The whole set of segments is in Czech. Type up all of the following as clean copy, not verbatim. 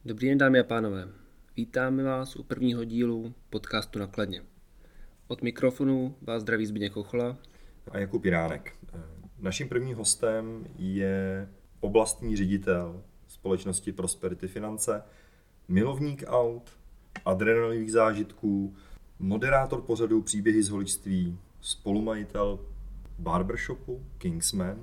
Dobrý den, dámy a pánové. Vítáme vás u prvního dílu podcastu Nakladně. Od mikrofonu vás zdraví Zbyněk Chochola a Jakub Jiránek. Naším prvním hostem je oblastní ředitel společnosti Prosperity Finance, milovník aut, adrenalinových zážitků, moderátor pořadu Příběhy z holičství, spolumajitel barbershopu Kingsman,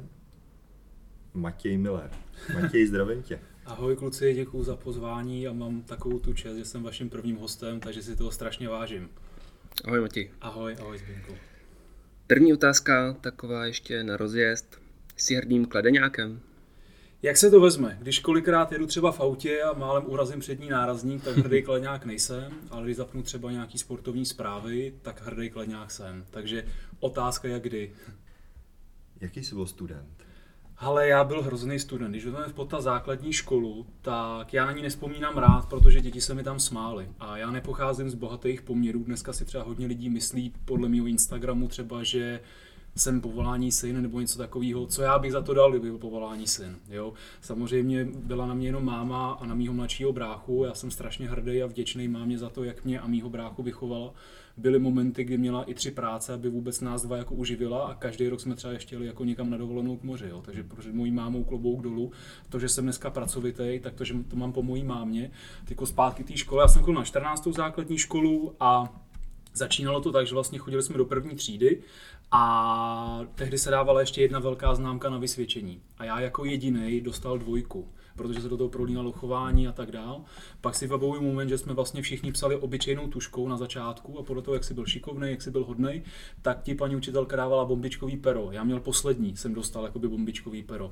Matěj Miller. Matěj, zdravím tě. Ahoj kluci, děkuju za pozvání a mám takovou tu čest, že jsem vaším prvním hostem, takže si toho strašně vážím. Ahoj Matěj. Ahoj Zbyňku. První otázka, taková ještě na rozjezd. Jsi hrdým kladeňákem? Jak se to vezme? Když kolikrát jedu třeba v autě a málem urazím přední nárazník, tak hrdý kladňák nejsem, ale když zapnu třeba nějaký sportovní zprávy, tak hrdý kladňák jsem. Takže otázka jak kdy. Jaký jsi byl student? Ale já byl hrozný student. Když vezmeme v potaz základní školu, tak já na ní nevzpomínám rád, protože děti se mi tam smály. A já nepocházím z bohatých poměrů. Dneska si třeba hodně lidí myslí podle mého Instagramu třeba, že jsem povolání syn nebo něco takového. Co já bych za to dal, kdyby byl povolání syn. Jo? Samozřejmě byla na mě jenom máma a na mýho mladšího bráchu. Já jsem strašně hrdý a vděčný mámě za to, jak mě a mýho bráchu vychovala. Byly momenty, kdy měla i 3 práce, aby vůbec nás dva jako uživila a každý rok jsme třeba ještě jeli jako někam na dovolenou k moři. Jo. Takže před mojí mámou klobouk dolů. To, že jsem dneska pracovitý, tak to, že to mám po mojí mámě. Tyko zpátky té škole. Já jsem chodil na 14. základní školu a začínalo to tak, že vlastně chodili jsme do první třídy a tehdy se dávala ještě jedna velká známka na vysvědčení. A já jako jedinej dostal 2, protože se do toho prolínalo chování a tak dál. Pak si vybavuji moment, že jsme vlastně všichni psali obyčejnou tuškou na začátku a podle toho, jak jsi byl šikovný, jak jsi byl hodnej, tak ti paní učitelka dávala bombičkový pero. Já měl poslední, jsem dostal jakoby bombičkový pero.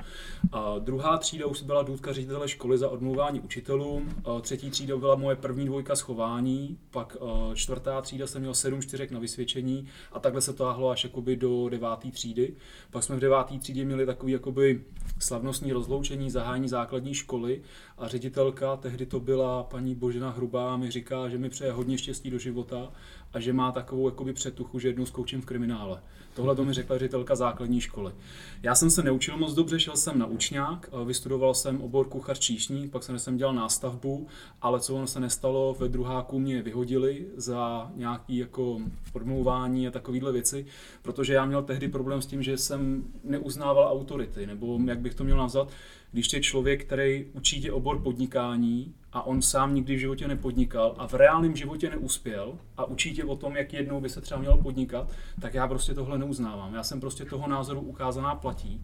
A druhá třída už byla důdka ředitele školy za odmlouvání učitelům. Třetí třída byla moje první 2 z chování, pak 4. třída jsem měl 7 4 na vysvědčení a takhle se to táhlo až jakoby do 9. třídy. Pak jsme v 9. třídě měli takový jakoby slavnostní rozloučení, zahájení základní školy a ředitelka, tehdy to byla paní Božena Hrubá, mi říká, že mi přeje hodně štěstí do života a že má takovou jakoby předtuchu, že jednou zkoučím v kriminále. Tohle to mi řekla ředitelka základní školy. Já jsem se neučil moc dobře, šel jsem na učňák, vystudoval jsem obor kuchař číšník, pak jsem dělal nástavbu, ale co ono se nestalo, ve druháku mě vyhodili za nějaký jako odmlouvání a takovýhle věci, protože já měl tehdy problém s tím, že jsem neuznával autority, nebo jak bych to měl nazvat, když je člověk, který učí tě obor podnikání a on sám nikdy v životě nepodnikal a v reálném životě neuspěl a učí tě o tom, jak jednou by se třeba měl podnikat, tak já prostě tohle neuznávám. Já jsem prostě toho názoru ukázaná platí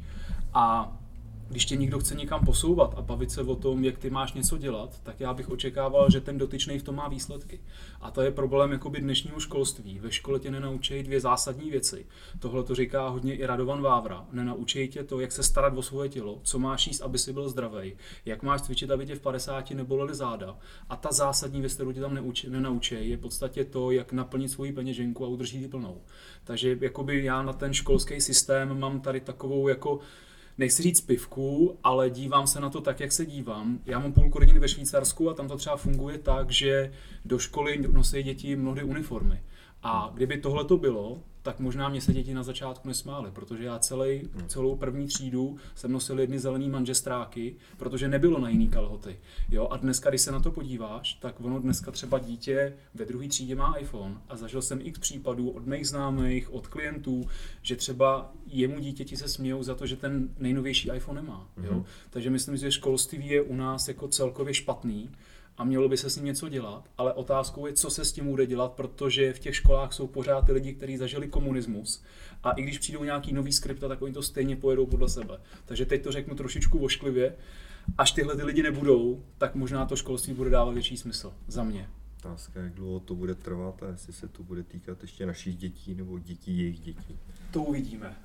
a když tě někdo chce někam posouvat a bavit se o tom, jak ty máš něco dělat, tak já bych očekával, že ten dotyčný v tom má výsledky. A to je problém jakoby dnešního školství. Ve škole tě nenaučí 2 zásadní věci. Tohle to říká hodně i Radovan Vávra. Nenaučí tě to, jak se starat o svoje tělo, co máš jíst, aby si byl zdravý, jak máš cvičit, aby tě v 50 nebolely záda. A ta zásadní věc, kterou tě tam nenaučí, je v podstatě to, jak naplnit svoji peněženku a udržet ji plnou. Takže jakoby já na ten školský systém mám tady takovou jako nechci říct pivku, ale dívám se na to tak, jak se dívám. Já mám půlku rodiny ve Švýcarsku a tam to třeba funguje tak, že do školy nosí děti mnohdy uniformy. A kdyby tohle to bylo, tak možná mě se děti na začátku nesmály, protože já celou první třídu jsem nosil jedny zelený manžestráky, protože nebylo na jiný kalhoty. Jo? A dneska, když se na to podíváš, tak ono dneska třeba dítě ve 2. třídě má iPhone a zažil jsem x případů od mých známých, od klientů, že třeba jemu dítěti se smějou za to, že ten nejnovější iPhone nemá. Jo? Takže myslím, že školství je u nás jako celkově špatný. A mělo by se s ním něco dělat, ale otázkou je, co se s tím bude dělat, protože v těch školách jsou pořád ty lidi, kteří zažili komunismus a i když přijdou nějaký nový skripta, tak oni to stejně pojedou podle sebe. Takže teď to řeknu trošičku vošklivě, až tyhle ty lidi nebudou, tak možná to školství bude dávat větší smysl za mě. Otázka, jak dlouho to bude trvat a jestli se to bude týkat ještě našich dětí nebo dětí jejich dětí. To uvidíme.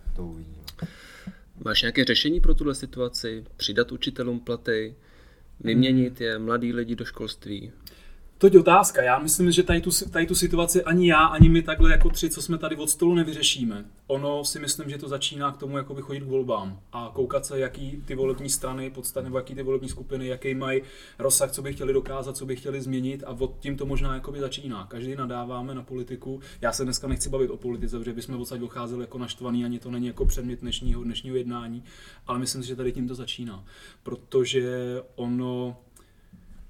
Máš nějaké řešení pro tuhle situaci? Přidat učitelům platy? Vyměnit je mladí lidi do školství? To je otázka. Já myslím, že tady tu situaci ani já, ani my takhle jako 3, co jsme tady od stolu, nevyřešíme. Ono si myslím, že to začíná k tomu jakoby chodit k volbám a koukat se, jaký ty volební strany, nebo jaký ty volební skupiny, jaký mají rozsah, co by chtěli dokázat, co by chtěli změnit a od tím to možná jakoby začíná. Každý nadáváme na politiku. Já se dneska nechci bavit o politice, protože bychom odsaď docházeli jako naštvaný, ani to není jako předmět dnešního jednání, ale myslím si, že tady tím to začíná, protože ono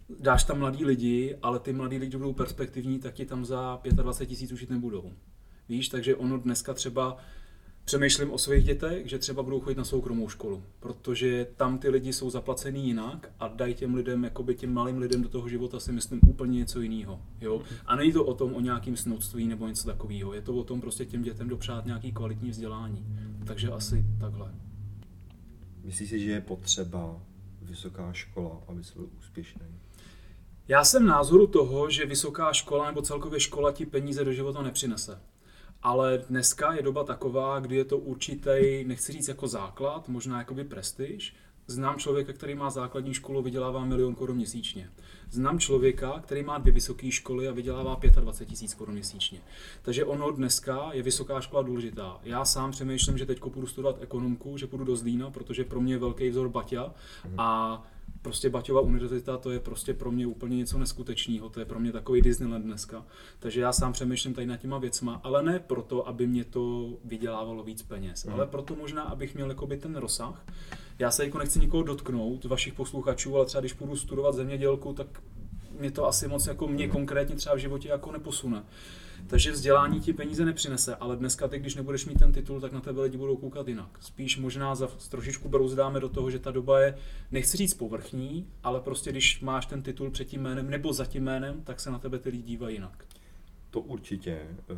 dáš tam mladí lidi, ale ty mladí lidi budou perspektivní, tak ti tam za 25 000 učit nebudou. Víš, takže ono dneska třeba přemýšlím o svých dětech, že třeba budou chodit na soukromou školu, protože tam ty lidi jsou zaplacený jinak a dají těm lidem, jakoby těm malým lidem do toho života si myslím úplně něco jiného. Jo? A není to o tom o nějakým snouctví nebo něco takového, je to o tom prostě těm dětem dopřát nějaký kvalitní vzdělání. Takže asi takhle. Myslíš si, že je potřeba vysoká škola, aby se byl úspěšný? Já jsem názoru toho, že vysoká škola nebo celkově škola ti peníze do života nepřinese. Ale dneska je doba taková, kdy je to určitý, nechci říct jako základ, možná jakoby prestiž. Znám člověka, který má základní školu, vydělává 1 000 000 korun měsíčně. Znám člověka, který má 2 vysoké školy a vydělává 25 000 korun měsíčně. Takže ono dneska je vysoká škola důležitá. Já sám přemýšlím, že teď půjdu studovat ekonomku, že půjdu do Zlína, protože pro mě je velký vzor Baťa a prostě Baťova univerzita, to je prostě pro mě úplně něco neskutečného, to je pro mě takový Disneyland dneska. Takže já sám přemýšlím tady nad těma věcma, ale ne proto, aby mě to vydělávalo víc peněz, ale proto možná, abych měl jakoby ten rozsah. Já se jako nechci nikoho dotknout, vašich posluchačů, ale třeba když půjdu studovat zemědělku, tak mě to asi moc jako mě konkrétně třeba v životě jako neposune. Takže vzdělání ti peníze nepřinese, ale dneska ty, když nebudeš mít ten titul, tak na tebe lidi budou koukat jinak. Spíš možná trošičku brouzdáme do toho, že ta doba je, nechci říct povrchní, ale prostě když máš ten titul před tím jménem nebo za tím jménem, tak se na tebe ty lidi dívají jinak. To určitě.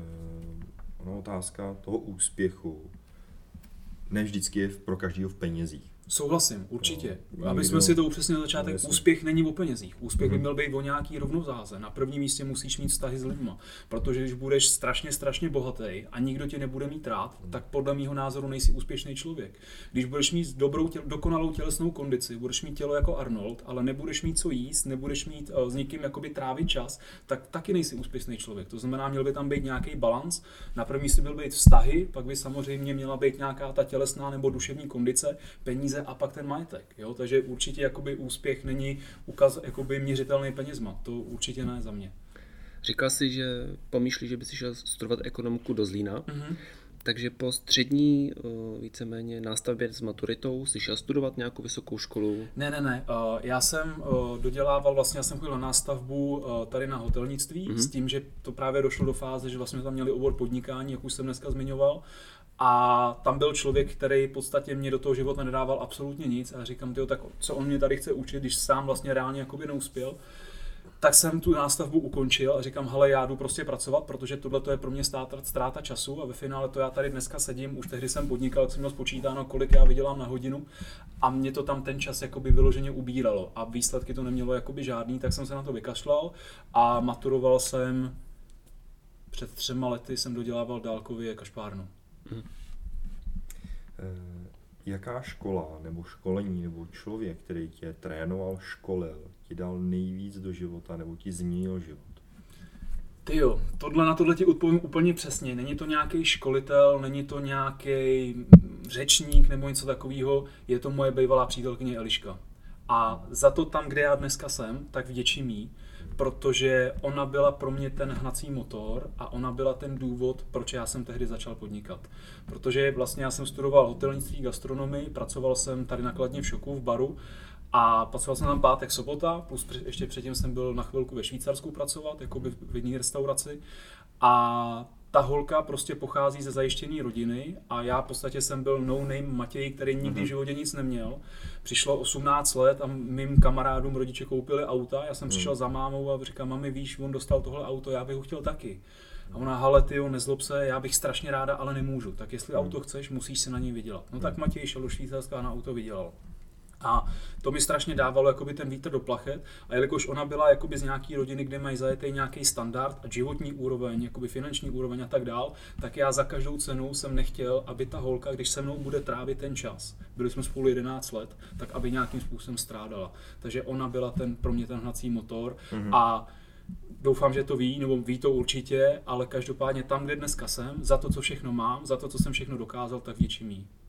Ona otázka toho úspěchu ne vždycky je pro každého v penězích. Souhlasím, určitě. Aby jsme si to upřesnili na začátek, úspěch není o penězích. Úspěch by měl být o nějaký rovnováze. Na prvním místě musíš mít vztahy s lidma, protože když budeš strašně bohatý a nikdo tě nebude mít rád, tak podle mýho názoru nejsi úspěšný člověk. Když budeš mít dokonalou tělesnou kondici, budeš mít tělo jako Arnold, ale nebudeš mít co jíst, nebudeš mít s někým jakoby trávit čas, tak taky nejsi úspěšný člověk. To znamená, měl by tam být nějaký balans. Na prvním místě měl být vztahy, pak by samozřejmě měla být nějaká ta tělesná nebo duševní kondice, peníze a pak ten majetek, jo? Takže určitě jakoby úspěch není jakoby měřitelný penězma, to určitě ne za mě. Říkal jsi, že pomýšlíš, že by si šel studovat ekonomku do Zlína, takže po střední víceméně nástavbě s maturitou si šel studovat nějakou vysokou školu? Ne. Já jsem dodělával, vlastně já jsem chodil na nástavbu tady na hotelnictví, s tím, že to právě došlo do fáze, že vlastně tam měli obor podnikání, jak už jsem dneska zmiňoval. A tam byl člověk, který v podstatě mě do toho života nedával absolutně nic a říkám, tak co on mě tady chce učit, když sám vlastně reálně jakoby neuspěl. Tak jsem tu nástavbu ukončil a říkám, hele, já jdu prostě pracovat, protože tohle je pro mě ztráta času a ve finále to já tady dneska sedím, už tehdy jsem podnikal, jsem měl spočítáno, kolik já vydělám na hodinu a mě to tam ten čas jakoby vyloženě ubíralo a výsledky to nemělo jakoby žádný, tak jsem se na to vykašlal a maturoval jsem, před 3 lety jsem dodělával dálkově kašpárnu. Jaká škola nebo školení nebo člověk, který tě trénoval, školil, ti dal nejvíc do života nebo ti změnil život? Tyjo, na tohle ti odpovím úplně přesně. Není to nějaký školitel, není to nějaký řečník nebo něco takového, je to moje bývalá přítelkyně Eliška. A za to tam, kde já dneska jsem, tak vděčím jí, protože ona byla pro mě ten hnací motor a ona byla ten důvod, proč já jsem tehdy začal podnikat. Protože vlastně já jsem studoval hotelnictví, gastronomii, pracoval jsem tady na Kladně v Šoku v baru a pracoval jsem tam pátek, sobota, plus ještě předtím jsem byl na chvilku ve Švýcarsku pracovat, jako v jedné restauraci. A ta holka prostě pochází ze zajištěné rodiny a já v podstatě jsem byl no-name Matěj, který nikdy v životě nic neměl. Přišlo 18 let a mým kamarádům rodiče koupili auta, já jsem přišel za mámou a říkám, mami, víš, on dostal tohle auto, já bych ho chtěl taky. A ona, hele, tyjo, nezlob se, já bych strašně ráda, ale nemůžu, tak jestli auto chceš, musíš si na něj vydělat. No tak Matěj šel do Švýcarska a na auto vydělal. A to mi strašně dávalo jakoby ten vítr do plachet a jelikož ona byla jakoby z nějaký rodiny, kde mají zajetý nějaký standard a životní úroveň, jakoby finanční úroveň a tak dál, tak já za každou cenu jsem nechtěl, aby ta holka, když se mnou bude trávit ten čas, byli jsme spolu 11 let, tak aby nějakým způsobem strádala. Takže ona byla pro mě ten hnací motor a doufám, že to ví, nebo ví to určitě, ale každopádně tam, kde dneska jsem, za to, co všechno mám, za to, co jsem všechno dokázal, tak vděčím jí.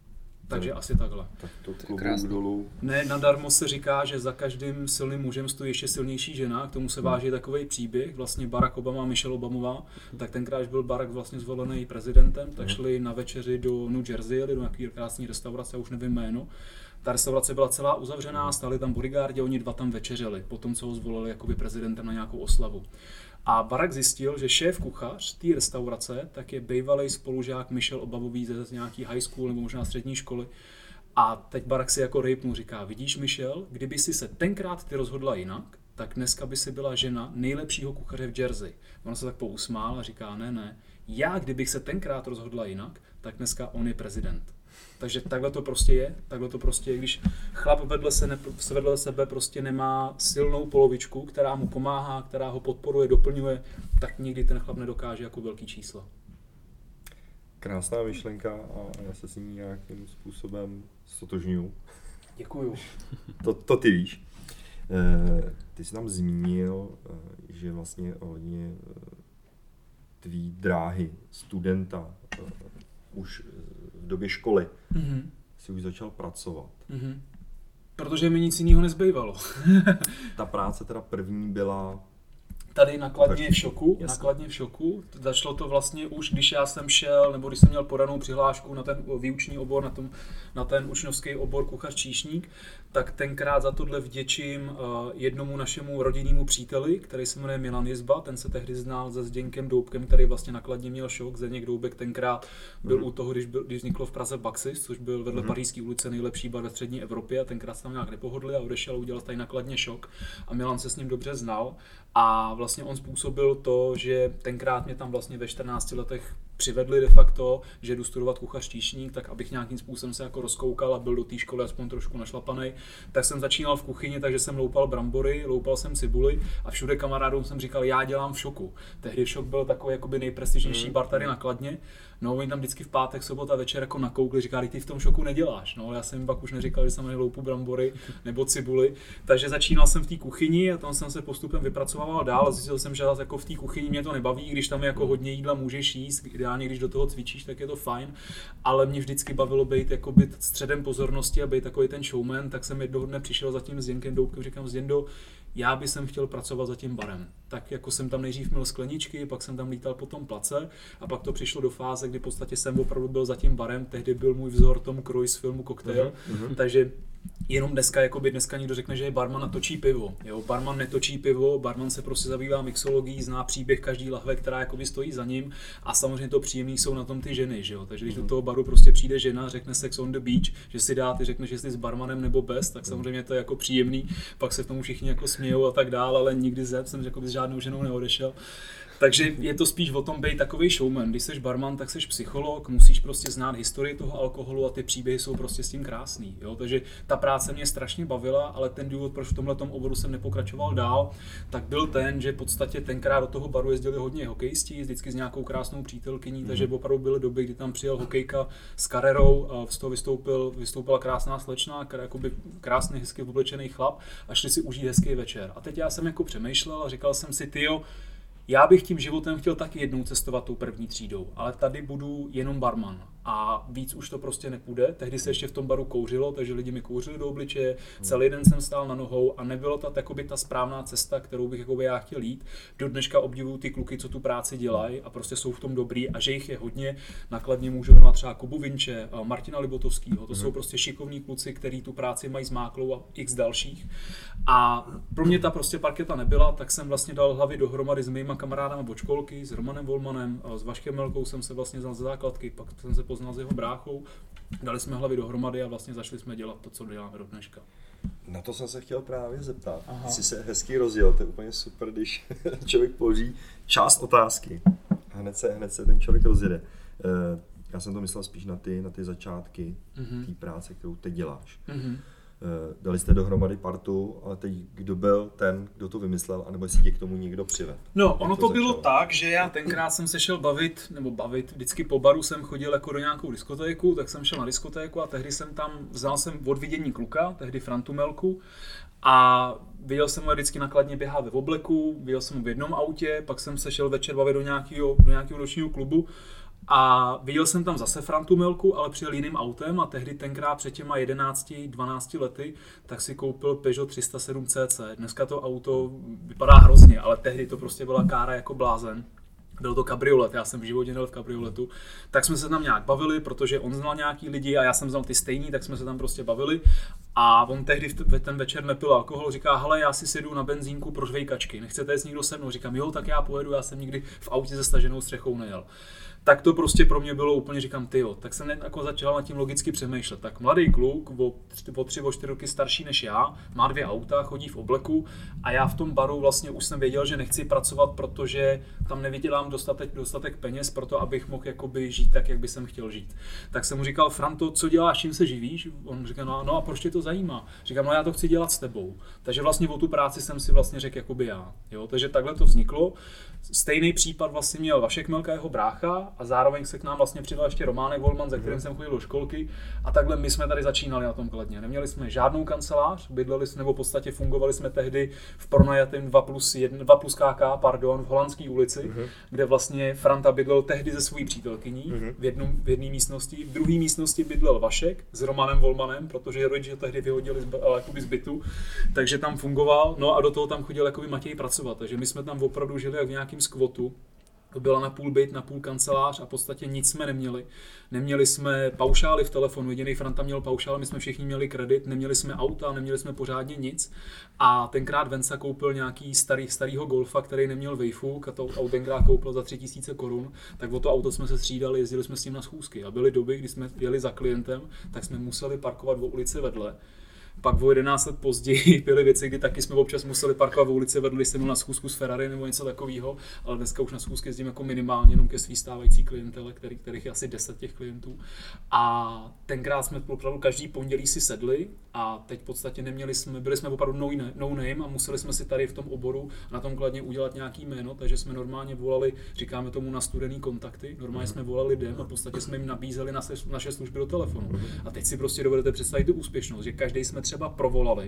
Takže asi takhle. Tak to klobouk dolů. Ne, nadarmo se říká, že za každým silným mužem stojí ještě silnější žena, k tomu se váží takový příběh, vlastně Barack Obama a Michelle Obamová, tak tenkrát, když byl Barack vlastně zvolený prezidentem, tak šli na večeři do New Jersey, jeli do nějaký krásné restaurace, já už nevím jméno. Ta restaurace byla celá uzavřená, stáli tam bodyguardi, oni dva tam večeřili, potom co ho zvolili jakoby prezidentem na nějakou oslavu. A Barack zjistil, že šéf kuchař té restaurace tak je bývalý spolužák Michelle Obamový z nějaký high school nebo možná střední školy. A teď Barack si jako rejpnul, říká, vidíš Michelle, kdyby si se tenkrát ty rozhodla jinak, tak dneska by si byla žena nejlepšího kuchaře v Jersey. Ona se tak pousmál a říká, ne, já kdybych se tenkrát rozhodla jinak, tak dneska on je prezident. Takže takhle to prostě je, když chlap vedle sebe prostě nemá silnou polovičku, která mu pomáhá, která ho podporuje, doplňuje, tak nikdy ten chlap nedokáže jako velký číslo. Krásná myšlenka a já se s ní nějakým způsobem stotožňuju. Děkuju. To ty víš. Ty jsi tam zmínil, že vlastně hodně tvý dráhy studenta už v době školy si už začal pracovat. Protože mi nic jiného nezbývalo. Ta práce teda první byla tady nakladně v šoku. Začalo to vlastně už, když já jsem šel, nebo když jsem měl podanou přihlášku na ten výuční obor, na ten učňovský obor kuchař číšník, tak tenkrát za tohle vděčím jednomu našemu rodinnému příteli, který se jmenuje Milan Jizba, ten se tehdy znal se Zdeňkem Doubkem, který vlastně nakladně měl šok. Zdeněk Doubek tenkrát byl u toho, když vzniklo v Praze Baxis, což byl vedle Pařížské ulice nejlepší bar ve střední Evropě, a tenkrát se tam nějak nepohodli a odešel a udělal tady nakladně šok. A Milan se s ním dobře znal a vlastně on způsobil to, že tenkrát mě tam vlastně ve 14 letech přivedli de facto, že jdu studovat kuchař číšník, tak abych nějakým způsobem se jako rozkoukal a byl do té školy aspoň trošku našlapanej. Tak jsem začínal v kuchyni, takže jsem loupal brambory, loupal jsem cibuli a všude kamarádům jsem říkal, já dělám v Šoku. Tehdy Šok byl takový jakoby nejprestižnější bar tady na Kladně. No, oni tam vždycky v pátek, sobota večer jako nakoukli, říkali, ty v tom Šoku neděláš. No, já jsem jim pak už neříkal, že jsem loupu brambory nebo cibuli. Takže začínal jsem v té kuchyni a tam jsem se postupem vypracovával dál. Zjistil jsem, že jako v té kuchyni mě to nebaví, když tam je jako hodně jídla můžeš jíst, ideálně když do toho cvičíš, tak je to fajn, ale mě vždycky bavilo být jakoby středem pozornosti a být takový ten showman, tak jsem jednoho dne přišel za tím Zděnkem Doubkem, říkám, Zděndo, já bych chtěl pracovat za tím barem. Tak jako jsem tam nejdřív měl skleničky, pak jsem tam lítal po tom place a pak to přišlo do fáze, kdy v podstatě jsem opravdu byl za tím barem, tehdy byl můj vzor Tom Cruise z filmu Cocktail, takže jenom dneska někdo řekne, že je barman a točí pivo. Jo, barman netočí pivo, barman se prostě zabývá mixologií, zná příběh každý lahve, která jakoby stojí za ním a samozřejmě to příjemný jsou na tom ty ženy, že jo. Takže když do toho baru prostě přijde žena, řekne sex on the beach, že si dá, ty řekneš, jestli s barmanem nebo bez, tak samozřejmě to je jako příjemný, pak se k tomu všichni jako smějou a tak dál, ale nikdy jsem s žádnou ženou neodešel. Takže je to spíš o tom být takovej showman. Když seš barman, tak seš psycholog, musíš prostě znát historii toho alkoholu a ty příběhy jsou prostě s tím krásný. Jo? Takže ta práce mě strašně bavila, ale ten důvod, proč v tomhletom oboru jsem nepokračoval dál, tak byl ten, že v podstatě tenkrát do toho baru jezdili hodně hokejisti, vždycky s nějakou krásnou přítelkyní, takže opravdu byly doby, kdy tam přijel hokejka s Carrerou a z toho vystoupila krásná slečna, jakoby krásný, hezky oblečený chlap a šli si užít hezký večer. A teď já jsem jako přemýšlel a říkal jsem si, tyjo, já bych tím životem chtěl taky jednou cestovat tou první třídou, ale tady budu jenom barman a víc už to prostě nepůjde. Tehdy se ještě v tom baru kouřilo, takže lidi mi kouřili do obličeje, celý den jsem stál na nohou a nebylo to jakoby ta správná cesta, kterou bych jakoby já chtěl jít. Do dneška obdivuju ty kluky, co tu práci dělají a prostě jsou v tom dobrý a že jich je hodně. Nakladně můžu jmenovat třeba Kubu Vinče, Martina Libotovského, to jsou prostě šikovní kluci, kteří tu práci mají zmáklou a x dalších. A pro mě ta prostě parketa nebyla, tak jsem vlastně dal hlavy dohromady s mýma kamarádama od školky, s Romanem Volmanem, s Vaškem Melkou jsem se vlastně znal ze základky, pak jsem se poznal s jeho bráchou, dali jsme hlavy dohromady a vlastně začali jsme dělat to, co děláme do dneška. Na to jsem se chtěl právě zeptat. Jsi se hezky rozjel, to je úplně super, když člověk položí část otázky a hned se ten člověk rozjede. Já jsem to myslel spíš na ty začátky té práce, kterou teď děláš. Dali jste dohromady partu, ale teď kdo byl ten, kdo to vymyslel, anebo jestli tě k tomu někdo přivedl? No, ono to bylo tak, že já tenkrát jsem se šel bavit, vždycky po baru jsem chodil jako do nějakou diskotéku, tak jsem šel na diskotéku a tehdy znal jsem od vidění kluka, tehdy Frantu Melku, a viděl jsem ho vždycky nakladně běhat ve obleku, viděl jsem ho v jednom autě, pak jsem se šel večer bavit do nějakého nočního klubu. A viděl jsem tam zase Frantu Milku, ale přijel jiným autem a tehdy tenkrát před těma 11-12 lety, tak si koupil Peugeot 307 CC. Dneska to auto vypadá hrozně, ale tehdy to prostě byla kára jako blázen. Byl to kabriolet, já jsem v životě jel v kabrioletu, tak jsme se tam nějak bavili, protože on znal nějaký lidi a já jsem znal ty stejný, tak jsme se tam prostě bavili a on tehdy ten večer nepil alkohol, říká, hele, já si sjedu na benzínku pro žvejkačky, nechcete jít někdo se mnou, říkám, jo, tak já pojedu, já jsem nikdy v autě se staženou střechou nejel. Tak to prostě pro mě bylo úplně, říkám, tyjo, tak jsem jako začal nad tím logicky přemýšlet. Tak mladý kluk, o 3-4 roky starší než já, má 2 auta, chodí v obleku a já v tom baru vlastně už jsem věděl, že nechci pracovat, protože tam nevydělám dostatek peněz pro to, abych mohl jakoby žít tak, jak by jsem chtěl žít. Tak jsem mu říkal, Franto, co děláš, čím se živíš? On říká, no a proč tě to zajímá? Říkám, no já to chci dělat s tebou. Takže vlastně o tu práci jsem si vlastně řekl jakoby já. Jo? Takže takhle to vzniklo. Stejný případ vlastně měl Vašek Milka, jeho brácha, a zároveň se k nám vlastně přidal ještě Románek Volman, za kterým jsem chodil do školky. A takhle my jsme tady začínali na tom Kladně. Neměli jsme žádnou kancelář, bydleli jsme, nebo v podstatě fungovali jsme tehdy v pronajatém 2+ KK, v Holandské ulici, kde vlastně Franta bydlel tehdy se svojí přítelkyní v jedné místnosti. V druhé místnosti bydlel Vašek s Romanem Volmanem, protože rodiče tehdy vyhodili z bytu, takže tam fungoval. No a do toho tam chodil jakoby Matěj pracovat, takže my jsme tam opravdu žili jak v nějakém skvotu. To byla na půl byt, na půl kancelář a v podstatě nic jsme neměli. Neměli jsme paušály v telefonu, jediný Franta měl paušál, my jsme všichni měli kredit, neměli jsme auta, neměli jsme pořádně nic. A tenkrát Venca koupil nějaký starýho Golfa, který neměl vejfuk a to auto tenkrát koupil za 3000 korun, tak o to auto jsme se střídali, jezdili jsme s ním na schůzky. A byly doby, kdy jsme jeli za klientem, tak jsme museli parkovat o ulici vedle. Pak o 11 let později byly věci, kdy taky jsme občas museli parkovat v ulici, vedli jsem na schůzku s Ferrari nebo něco takového, ale dneska už na schůzky jezdím jako minimálně jenom ke svý stávající klientele, kterých je asi 10 těch klientů. A tenkrát jsme opravdu každý pondělí si sedli a teď v podstatě byli jsme opravdu no name a museli jsme si tady v tom oboru na tom Kladně udělat nějaký jméno, takže jsme normálně volali, říkáme tomu na studený kontakty, normálně jsme volali lidem a v podstatě jsme jim nabízeli naše služby do telefonu. A teď si prostě dovedete představit tu úspěšnost, že každý jsme třeba provolali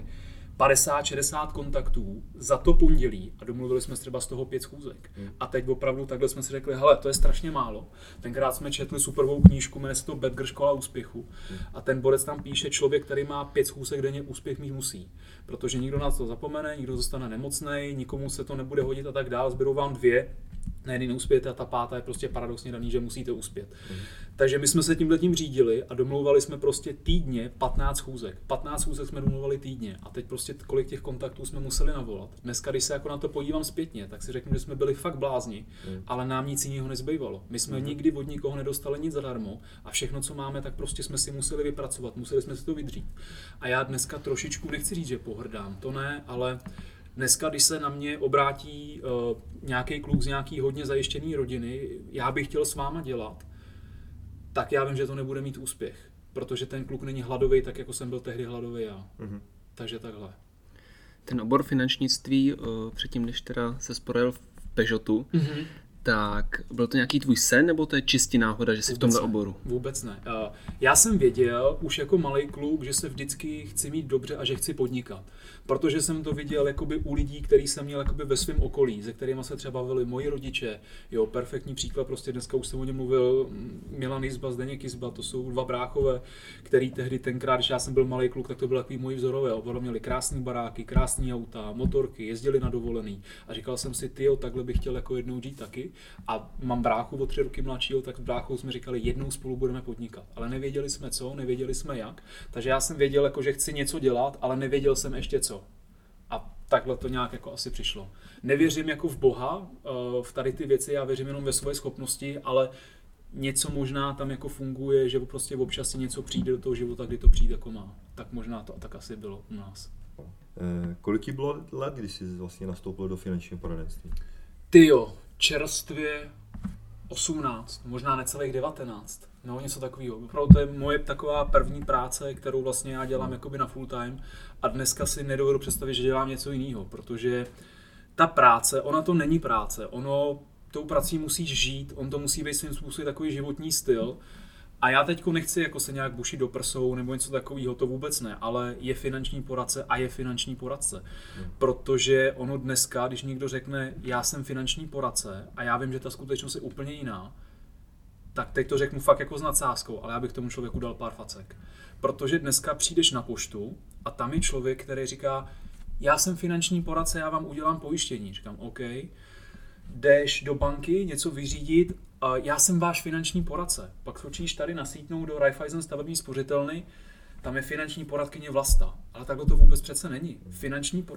50-60 kontaktů za to pondělí a domluvili jsme třeba z toho 5 schůzek. A teď opravdu takhle jsme si řekli, hele, to je strašně málo. Tenkrát jsme četli superovou knížku, jmenuje se to Bedger Škola úspěchu. A ten borec tam píše, člověk, který má 5 schůzek denně, úspěch mít musí. Protože nikdo nás to zapomene, nikdo zůstane nemocnej, nikomu se to nebude hodit a tak dál. Zbydou vám 2. Na jedný neuspějete a ta 5. je prostě paradoxně daný, že musíte uspět. Takže my jsme se tímhletím řídili a domlouvali jsme prostě týdně 15 schůzek. 15 schůzek jsme domlouvali týdně a teď prostě kolik těch kontaktů jsme museli navolat. Dneska, když se jako na to podívám zpětně, tak si řeknu, že jsme byli fakt blázni, ale nám nic jiného nezbývalo. My jsme nikdy od nikoho nedostali nic zadarmo a všechno, co máme, tak prostě jsme si museli vypracovat, museli jsme si to vydřít. A já dneska trošičku nechci říct, že pohrdám, to ne, ale dneska, když se na mě obrátí nějaký kluk z nějaký hodně zajištěný rodiny, já bych chtěl s váma dělat, tak já vím, že to nebude mít úspěch, protože ten kluk není hladový tak, jako jsem byl tehdy hladový já. Takže takhle. Ten obor finančnictví, předtím, než teda se sporil v Peugeotu, tak byl to nějaký tvůj sen, nebo to je čistě náhoda, že jsi v tomhle oboru? Vůbec ne. Já jsem věděl už jako malý kluk, že se vždycky chci mít dobře a že chci podnikat. Protože jsem to viděl jakoby u lidí, který jsem měl jakoby ve svém okolí, se kterými se třeba bavili moji rodiče. Jo, perfektní příklad, prostě dneska už jsem o něm mluvil, Milan Jizba, Zdeněk Jizba, to jsou 2 bráchové, který tehdy tenkrát, když já jsem byl malý kluk, tak to byl takový můj vzorové. Oba měli krásné baráky, krásné auta, motorky, jezdili na dovolený. A říkal jsem si, tyjo, takhle bych chtěl jako jednou žít taky. A mám bráchu o 3 roky mladšího, tak s bráchou jsme říkali, jednou spolu budeme podnikat. Ale nevěděli jsme co, nevěděli jsme jak. Takže já jsem věděl, jako, že chci něco dělat, ale nevěděl jsem ještě co. A takhle to nějak jako asi přišlo. Nevěřím jako v Boha, v tady ty věci, já věřím jenom ve svoje schopnosti, ale něco možná tam jako funguje, že prostě občas si něco přijde do toho života, kdy to přijde jako má. Tak možná to tak asi bylo u nás. Kolik bylo let, když jsi vlastně nastoupil do finančního poradenství? Tyjo, čerstvě 18, možná necelých 19, no něco takového. Opravdu to je moje taková první práce, kterou vlastně já dělám jakoby na full time a dneska si nedovedu představit, že dělám něco jiného, protože ta práce, ona to není práce, ono tou prací musíš žít, on to musí být svým způsobem takový životní styl. A já teďko nechci jako se nějak bušit do prsou nebo něco takového, to vůbec ne, ale je finanční poradce a je finanční poradce. Protože ono dneska, když někdo řekne, já jsem finanční poradce a já vím, že ta skutečnost je úplně jiná, tak teď to řeknu fakt jako s nadsázkou, ale já bych tomu člověku dal pár facek. Protože dneska přijdeš na poštu a tam je člověk, který říká, já jsem finanční poradce, já vám udělám pojištění. Říkám, OK. Jdeš do banky něco vyřídit, já jsem váš finanční poradce. Pak skočíš tady na Sítnou do Raiffeisen stavební spořitelny, tam je finanční poradkyně Vlasta. Ale takhle to vůbec přece není. Finanční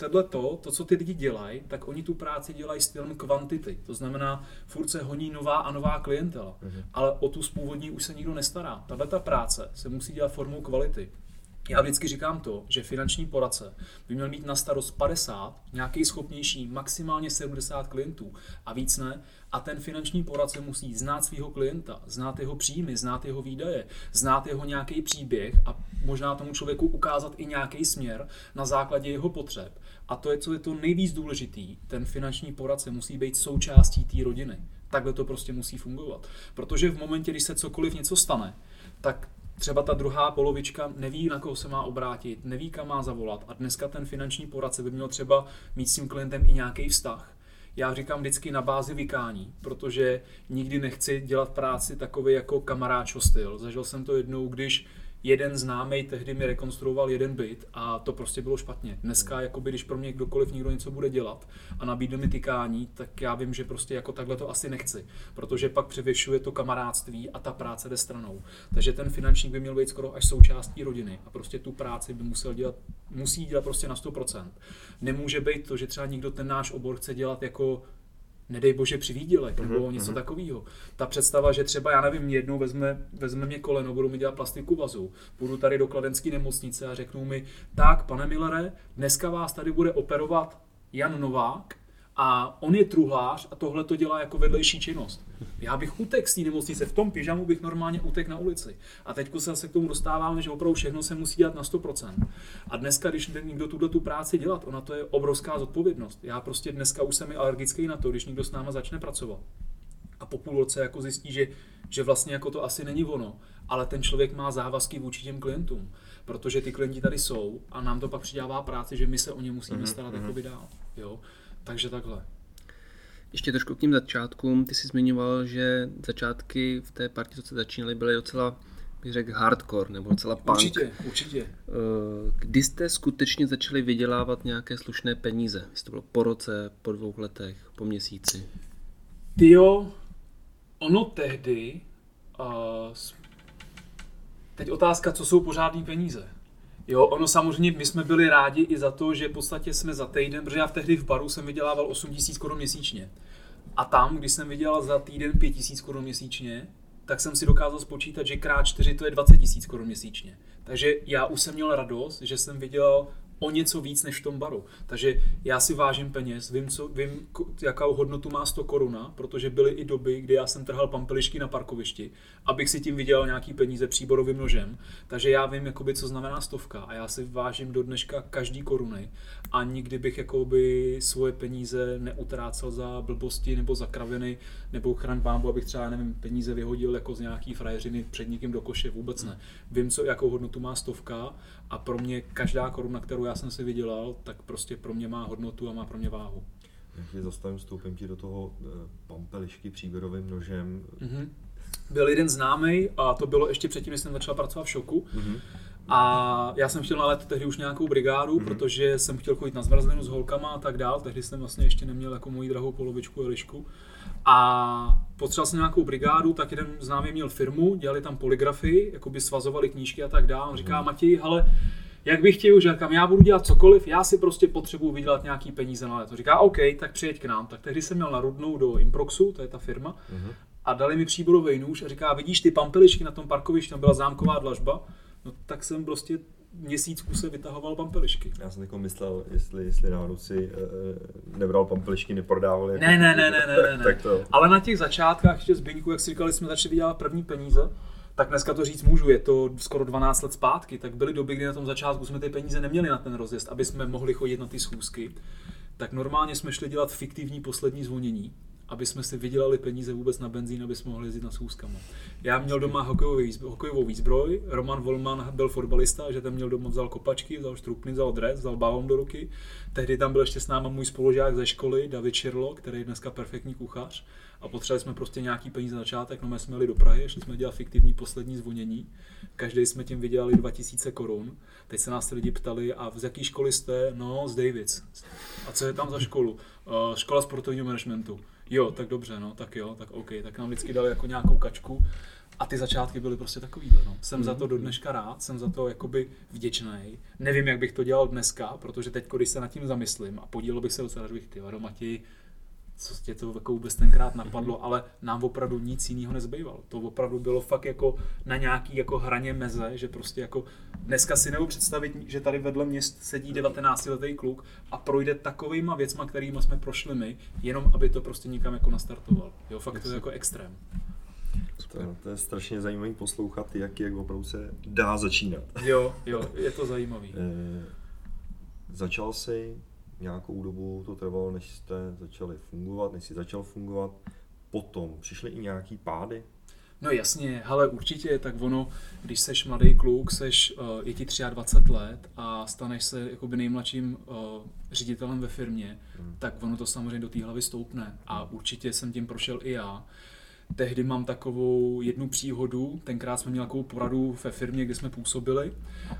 to, co ty lidi dělají, tak oni tu práci dělají stylem kvantity. To znamená, furt se honí nová a nová klientela. Ale o tu z původní už se nikdo nestará. Tato práce se musí dělat formou kvality. Já vždycky říkám to, že finanční poradce by měl mít na starost 50, nějaký schopnější, maximálně 70 klientů a víc ne. A ten finanční poradce musí znát svého klienta, znát jeho příjmy, znát jeho výdaje, znát jeho nějaký příběh a možná tomu člověku ukázat i nějaký směr na základě jeho potřeb. A to je, co je to nejvíc důležitý, ten finanční poradce musí být součástí té rodiny. Takhle to prostě musí fungovat. Protože v momentě, když se cokoliv něco stane, tak třeba ta druhá polovička neví, na koho se má obrátit, neví, kam má zavolat a dneska ten finanční poradce by měl třeba mít s tím klientem i nějaký vztah. Já říkám vždycky na bázi vykání, protože nikdy nechci dělat práci takový jako kamaráčo styl. Zažil jsem to jednou, když jeden známej tehdy mi rekonstruoval jeden byt a to prostě bylo špatně. Dneska, jakoby, když pro mě kdokoliv někdo něco bude dělat a nabídne mi tykání, tak já vím, že prostě jako takhle to asi nechci, protože pak převyšuje to kamarádství a ta práce jde stranou. Takže ten finančník by měl být skoro až součástí rodiny a prostě tu práci by musí dělat prostě na 100%. Nemůže být to, že třeba někdo ten náš obor chce dělat jako nedej bože přivýdělek nebo něco takového. Ta představa, že třeba, já nevím, jednou vezme mě koleno, budou mi dělat plastiku vazu, půjdu tady do kladenské nemocnice a řeknou mi, tak pane Millere, dneska vás tady bude operovat Jan Novák a on je truhlář a tohle to dělá jako vedlejší činnost. Já bych utekl z té nemocnice, v tom pyžamu bych normálně utekl na ulici. A teď se k tomu dostáváme, že opravdu všechno se musí dělat na 100%. A dneska, když někdo tu práci dělat, ona to je obrovská zodpovědnost. Já prostě dneska už jsem alergický na to, když někdo s náma začne pracovat. A po půl roce jako zjistí, že vlastně jako to asi není ono, ale ten člověk má závazky vůči těm klientům, protože ty klienti tady jsou a nám to pak přidává práci, že my se o ně musíme starat jakoby dál. Jo? Takže takhle. Ještě trošku k tím začátkům. Ty jsi zmiňoval, že začátky v té partii, co se začínaly, byly docela, bych řekl, hardcore, nebo docela punk. Určitě. Kdy jste skutečně začali vydělávat nějaké slušné peníze? Jestli to bylo po roce, po 2 letech, po měsíci? Tyjo, ono tehdy, teď otázka, co jsou pořádný peníze. Jo, ono samozřejmě, my jsme byli rádi i za to, že v podstatě jsme za týden, protože já tehdy v baru jsem vydělával 8 000 korun měsíčně. A tam, když jsem vydělal za týden 5 000 korun měsíčně, tak jsem si dokázal spočítat, že krát 4 to je 20 000 korun měsíčně. Takže já už jsem měl radost, že jsem vydělal o něco víc než v tom baru. Takže já si vážím peněz, vím, jakou hodnotu má 100 koruna, protože byly i doby, kdy já jsem trhal pampelišky na parkovišti, abych si tím vydělal nějaký peníze příborovým nožem. Takže já vím, jakoby, co znamená 100 a já si vážím do dneška každý koruny a nikdy bych jakoby svoje peníze neutrácel za blbosti nebo za kraviny, nebo chraň pánbu, abych třeba, nevím, peníze vyhodil jako z nějaký frajeřiny před někým do koše, vůbec ne. Vím, jakou hodnotu má 100 a pro mě každá koruna, kterou já jsem si vydělal, tak prostě pro mě má hodnotu a má pro mě váhu. Já zastavím, vstoupím ti do toho pampelišky příborovým nožem. Byl jeden známý a to bylo ještě předtím, než jsem začal pracovat v Šoku. A já jsem chtěl nalet tehdy už nějakou brigádu, protože jsem chtěl chodit na zmrzlinu s holkama a tak dál. Tehdy jsem vlastně ještě neměl jako moji drahou polovičku Elišku. A potřeboval jsem nějakou brigádu, tak jeden známý měl firmu, dělali tam polygrafii, jakoby svazovali knížky a tak dál. On říká, Matěj, hele, jak bych chtěl, že já budu dělat cokoliv, já si prostě potřebuji vydělat nějaký peníze na léto. Říká, OK, tak přijeď k nám. Tak tehdy jsem měl na Rudnou do Improxu, to je ta firma, a dali mi příborový nůž a říká, vidíš ty pampelišky na tom parkovišti, tam byla zámková dlažba, no tak jsem prostě měsíc kuse vytahoval pampelišky. Já jsem jako myslel, jestli náhodou si nebral pampelišky, neprodával. Ne. Tak to... Ale na těch začátkách ještě Zbyňku, jak si říkali, jsme začali vydělat první peníze, tak dneska to říct můžu, je to skoro 12 let zpátky, tak byly doby, kdy na tom začátku jsme ty peníze neměli na ten rozjezd, aby jsme mohli chodit na ty schůzky. Tak normálně jsme šli dělat fiktivní poslední zvonění aby jsme si vydělali peníze vůbec na benzín, aby jsme mohli jezdit na schůzkama. Já měl doma hokejovou výzbroj, Roman Volman byl fotbalista, že ten měl doma, vzal kopačky, vzal štrupny, vzal dres, vzal bavlnu do ruky. Tehdy tam byl ještě s náma můj spolužák ze školy, David Širlo, který je dneska perfektní kuchař. A potřebovali jsme prostě nějaký peníze na začátek, no my jsme jeli do Prahy, šli jsme dělat fiktivní poslední zvonění. Každý jsme tím vydělali 2000 korun. Teď se nás lidi ptali, a z jaký školy jste? No, z Davids. A co je tam za školu? Škola sportovního managementu. Jo, tak dobře, no, tak jo, tak OK. Tak nám vždycky dali jako nějakou kačku. A ty začátky byly prostě takovýhle, no. Jsem za to do dneška rád, jsem za to jakoby vděčnej. Nevím, jak bych to dělal dneska, protože teď, když se nad tím zamyslím a podílel bych se docela, bych ty Matěj, co tě to jako vůbec tenkrát napadlo, ale nám opravdu nic jiného nezbývalo. To opravdu bylo fakt jako na nějaký jako hraně meze, že prostě jako dneska si nebudu představit, že tady vedle mě sedí 19letý kluk a projde takovýma věcma, kterýma jsme prošli my, jenom aby to prostě někam jako nastartoval. Jo, fakt to je jako extrém. To je strašně zajímavý poslouchat, jak opravdu se dá začínat. Jo, je to zajímavý. Začal jsi, nějakou dobu to trvalo, než jste začali fungovat, než jsi začal fungovat, potom přišly i nějaký pády? No jasně, hele určitě, tak ono, když seš mladý kluk, je ti 23 let a staneš se jakoby nejmladším ředitelem ve firmě, tak ono to samozřejmě do té hlavy stoupne a určitě jsem tím prošel i já. Tehdy mám takovou jednu příhodu, tenkrát jsme měli takovou poradu ve firmě, kde jsme působili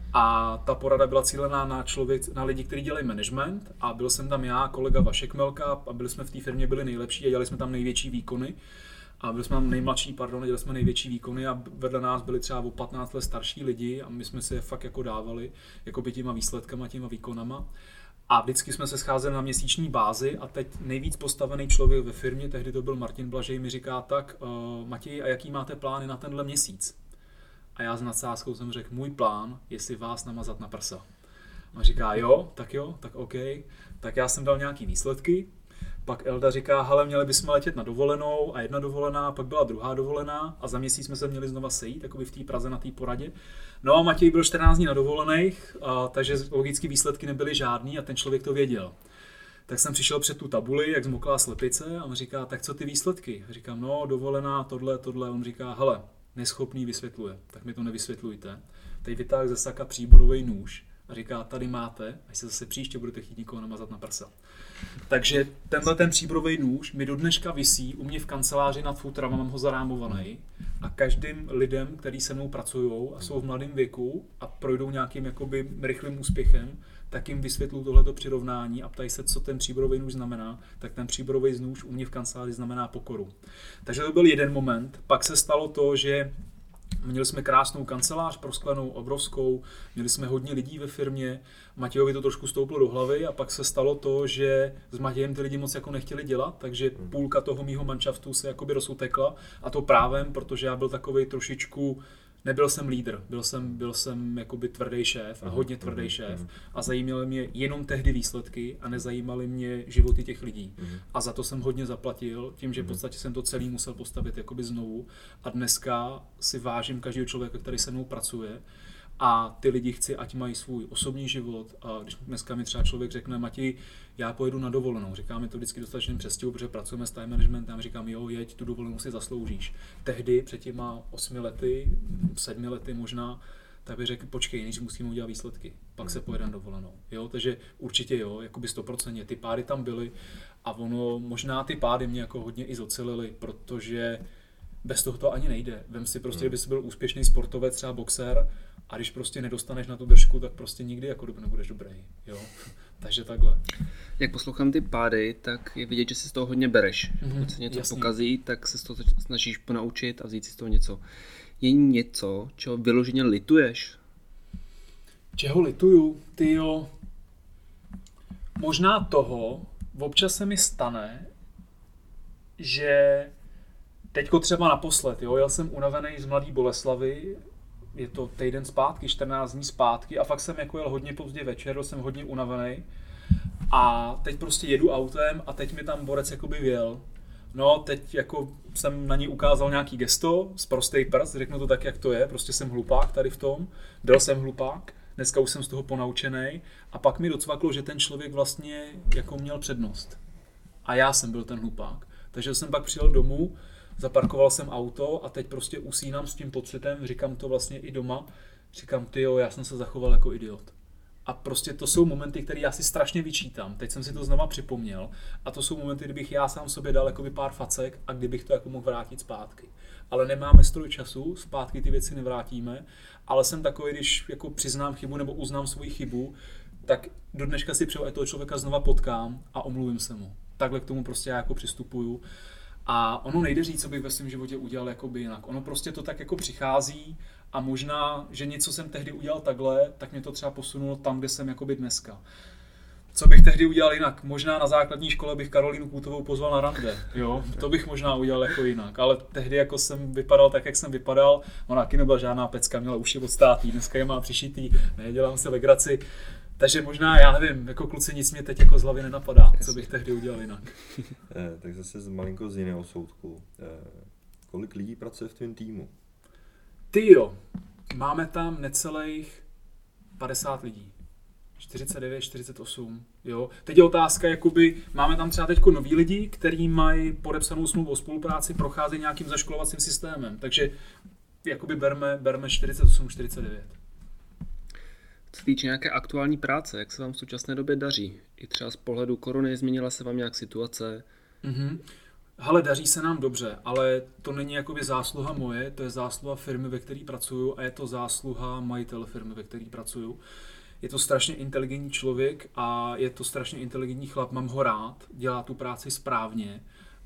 a ta porada byla cílená na lidi, kteří dělají management a byl jsem tam já, kolega Vašek Melka a byli jsme v té firmě byli nejlepší a dělali jsme tam největší výkony a byli jsme tam nejmladší, dělali jsme největší výkony a vedle nás byli třeba o 15 let starší lidi a my jsme si je fakt jako dávali jako by těma výsledkama, těma výkonama. A vždycky jsme se scházeli na měsíční bázi a teď nejvíc postavený člověk ve firmě, tehdy to byl Martin Blažej, mi říká tak, Matěj, a jaký máte plány na tenhle měsíc? A já s nadsázkou jsem řekl, můj plán je si vás namazat na prsa. A říká, jo, tak OK. Tak já jsem dal nějaký výsledky, pak Elda říká, hele, měli bychom letět na dovolenou a jedna dovolená, pak byla druhá dovolená a za měsíc jsme se měli znova sejít, jakoby v té Praze na té poradě. No a Matěj byl 14 dní na dovolených, takže logicky výsledky nebyly žádný a ten člověk to věděl. Tak jsem přišel před tu tabuli, jak zmoklá slepice a on říká, tak co ty výsledky? A říkám, no dovolená, tohle. On říká, hele, neschopný vysvětluje, tak mi to nevysvětlujte. Teď vytáhl ze saka příborový nůž a říká, tady máte, až se zase příště budete chtít někoho namazat na prsa. Takže tenhle ten příborový nůž mi do dneška visí u mě v kanceláři nad futrama, mám ho zarámovaný a každým lidem, kteří se mnou pracují a jsou v mladém věku a projdou nějakým jakoby rychlým úspěchem, tak jim vysvětluji tohleto přirovnání a ptají se, co ten příborový nůž znamená, tak ten příborový nůž u mě v kanceláři znamená pokoru. Takže to byl jeden moment. Pak se stalo to, že měli jsme krásnou kancelář prosklenou, obrovskou, měli jsme hodně lidí ve firmě, Matějovi to trošku stouplo do hlavy a pak se stalo to, že s Matějem ty lidi moc jako nechtěli dělat, takže půlka toho mýho manšaftu se jakoby rozutekla a to právem, protože já byl takovej trošičku, nebyl jsem lídr, byl jsem jakoby tvrdý šéf a hodně tvrdý šéf a zajímaly mě jenom tehdy výsledky a nezajímaly mě životy těch lidí. A za to jsem hodně zaplatil, tím, že v podstatě jsem to celý musel postavit jakoby znovu a dneska si vážím každého člověka, který se mnou pracuje a ty lidi chci, ať mají svůj osobní život a když dneska mi třeba člověk řekne, Matěj, já pojedu na dovolenou, říká mi to vždycky dostatečným přestihu, protože pracujeme s time managementem, říkám, jo, jeď, tu dovolenou si zasloužíš. Tehdy před těma 8 lety, 7 lety možná, tak bych řekl, počkej, než musíme udělat výsledky, pak se pojedem dovolenou. Jo, takže určitě jo, jakoby 100%, ty pády tam byly a ono, možná ty pády mě jako hodně i zocelily, protože bez toho to ani nejde. Vem si prostě, kdyby jsi byl úspěšný sportovec, třeba boxer, a když prostě nedostaneš na tu držku, tak prostě nikdy jako nebudeš dobrý, jo. Takže takhle. Jak poslouchám ty pády, tak je vidět, že si z toho hodně bereš. Pokud se něco pokazí, tak se z toho snažíš ponaučit a vzít si z toho něco. Je něco, čeho vyloženě lituješ? Čeho lituju? Tyjo, možná toho, občas se mi stane, že teďko třeba naposled, jo, jel jsem unavený z Mladé Boleslavi, je to týden zpátky, 14 dní zpátky a fakt jsem jako jel hodně pozdě večer, jsem hodně unavený a teď prostě jedu autem a teď mi tam borec jakoby vjel. No teď jako jsem na ní ukázal nějaký gesto, sprostej prst, řeknu to tak, jak to je, prostě jsem hlupák tady v tom, byl jsem hlupák, dneska už jsem z toho ponaučenej a pak mi docvaklo, že ten člověk vlastně jako měl přednost a já jsem byl ten hlupák. Takže jsem pak přijel domů, zaparkoval jsem auto a teď prostě usínám s tím pocitem, říkám to vlastně i doma, říkám, tyjo, já jsem se zachoval jako idiot. A prostě to jsou momenty, které já si strašně vyčítám. Teď jsem si to znova připomněl a to jsou momenty, kdybych já sám sobě dal jakoby pár facek a kdybych to jako mohl vrátit zpátky. Ale nemáme stroj času, zpátky ty věci nevrátíme, ale jsem takový, když jako přiznám chybu nebo uznám svoji chybu, tak do dneška si přeju, toho člověka znova potkám a omluvím se mu. Takhle k tomu prostě já jako přistupuju. A ono nejde říct, co bych ve svém životě udělal jakoby jinak. Ono prostě to tak jako přichází a možná, že něco jsem tehdy udělal takhle, tak mě to třeba posunulo tam, kde jsem jakoby dneska. Co bych tehdy udělal jinak? Možná na základní škole bych Karolínu Kůtovou pozval na rande, jo? To bych možná udělal jako jinak, ale tehdy jako jsem vypadal tak, jak jsem vypadal, ona taky nebyla žádná pecka, měla uši odstátý, dneska je má přišitý, nedělám si legraci. Takže možná, já nevím, jako kluci nic mě teď jako z hlavy nenapadá, co bych tehdy udělal jinak. Tak zase malinko z jiného soudku. Kolik lidí pracuje v tvém týmu? Tyjo, máme tam necelých 50 lidí. 49, 48, jo. Teď je otázka, jakoby, máme tam třeba teďko noví lidi, kteří mají podepsanou smlouvu o spolupráci, procházejí nějakým zaškolovacím systémem, takže jakoby berme 48, 49. Co se týče nějaké aktuální práce, jak se vám v současné době daří? I třeba z pohledu korony změnila se vám nějak situace? Hele, daří se nám dobře, ale to není jakoby zásluha moje, to je zásluha firmy, ve které pracuju a je to zásluha majitele firmy, ve které pracuju. Je to strašně inteligentní člověk a je to strašně inteligentní chlap, mám ho rád, dělá tu práci správně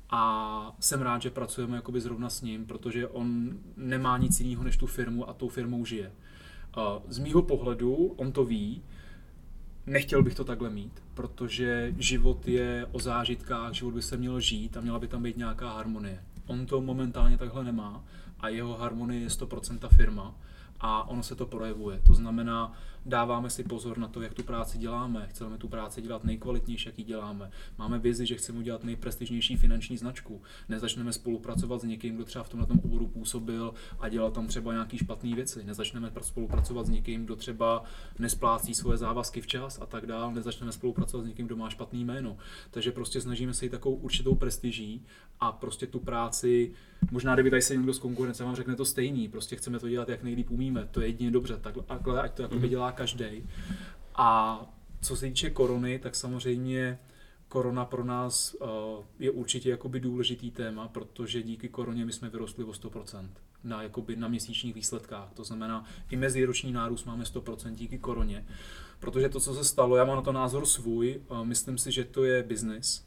a jsem rád, že pracujeme jakoby zrovna s ním, protože on nemá nic jiného než tu firmu a tou firmou žije. Z mýho pohledu, on to ví, nechtěl bych to takhle mít, protože život je o zážitkách, život by se měl žít a měla by tam být nějaká harmonie. On to momentálně takhle nemá a jeho harmonie je 100% firma a ono se to projevuje. To znamená, dáváme si pozor na to, jak tu práci děláme, chceme tu práci dělat nejkvalitnější, jak ji děláme. Máme vizi, že chceme udělat nejprestižnější finanční značku. Nezačneme spolupracovat s někým, kdo třeba v tomhle oboru působil a dělal tam třeba nějaký špatné věci. Nezačneme spolupracovat s někým, kdo třeba nesplácí svoje závazky včas a tak dále. Nezačneme spolupracovat s někým, kdo má špatný jméno. Takže prostě snažíme se jít takovou určitou prestiží a prostě tu práci, možná kdyby tady se někdo z konkurence vám řekne to stejný, prostě chceme to dělat jak nejlíp umíme, to je jedině dobře, takhle ať to jakoby dělá každý. A co se týče korony, tak samozřejmě korona pro nás je určitě jakoby důležitý téma, protože díky koroně my jsme vyrostli o 100% na měsíčních výsledkách. To znamená, i meziroční nárůst máme 100% díky koroně. Protože to, co se stalo, já mám na to názor svůj, myslím si, že to je biznis.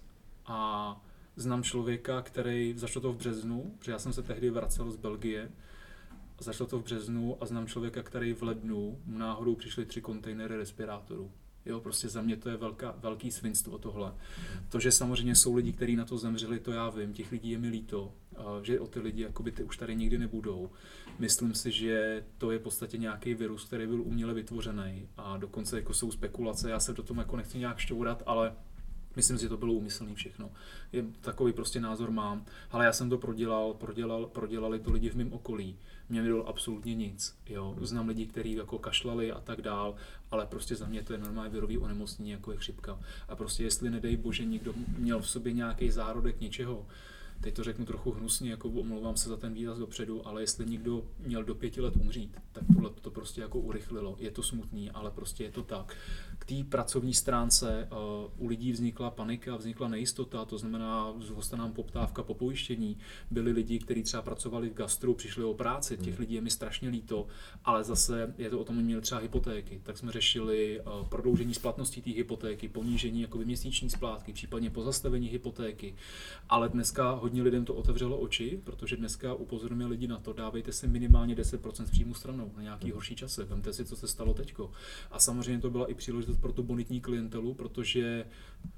A znám člověka, který začal to v březnu, protože já jsem se tehdy vracel z Belgie, začalo to v březnu a znám člověka, který v lednu náhodou přišly 3 kontejnery respirátorů. Jo, prostě za mě to je velký svinstvo tohle. To, že samozřejmě jsou lidi, kteří na to zemřeli, to já vím, těch lidí je mi líto, že o ty lidi jakoby ty už tady nikdy nebudou. Myslím si, že to je v podstatě nějaký virus, který byl uměle vytvořený a dokonce jako jsou spekulace, já se do toho jako nechci nějak šťourat, ale myslím si, že to bylo úmyslný všechno. Takový prostě názor mám. Ale já jsem to prodělali to lidi v mém okolí. Mě nedalo absolutně nic. Jo. Znám lidi, kteří jako kašlali a tak dál, ale prostě za mě to je normální virový onemocnění, jako je chřipka. A prostě jestli nedej bože někdo měl v sobě nějaký zárodek něčeho, teď to řeknu trochu hnusně, jako omlouvám se za ten výraz dopředu, ale jestli někdo měl do 5 let umřít, tak tohle to prostě jako urychlilo. Je to smutný, ale prostě je to tak. K té pracovní stránce u lidí vznikla panika, vznikla nejistota, to znamená, zůstala nám poptávka po pojištění. Byli lidi, kteří třeba pracovali v gastru, přišli o práci, těch lidí je mi strašně líto, ale zase je to o tom, že měli třeba hypotéky. Tak jsme řešili prodloužení splatnosti té hypotéky, ponížení jakoby měsíční splátky, případně pozastavení hypotéky. Ale dneska hodně lidem to otevřelo oči, protože dneska upozorňuje lidi na to, dávejte si minimálně 10% příjmu stranou na nějaký horší časy. Vemte si, co se stalo teďko. A samozřejmě to byla i příležitost pro tu bonitní klientelu, protože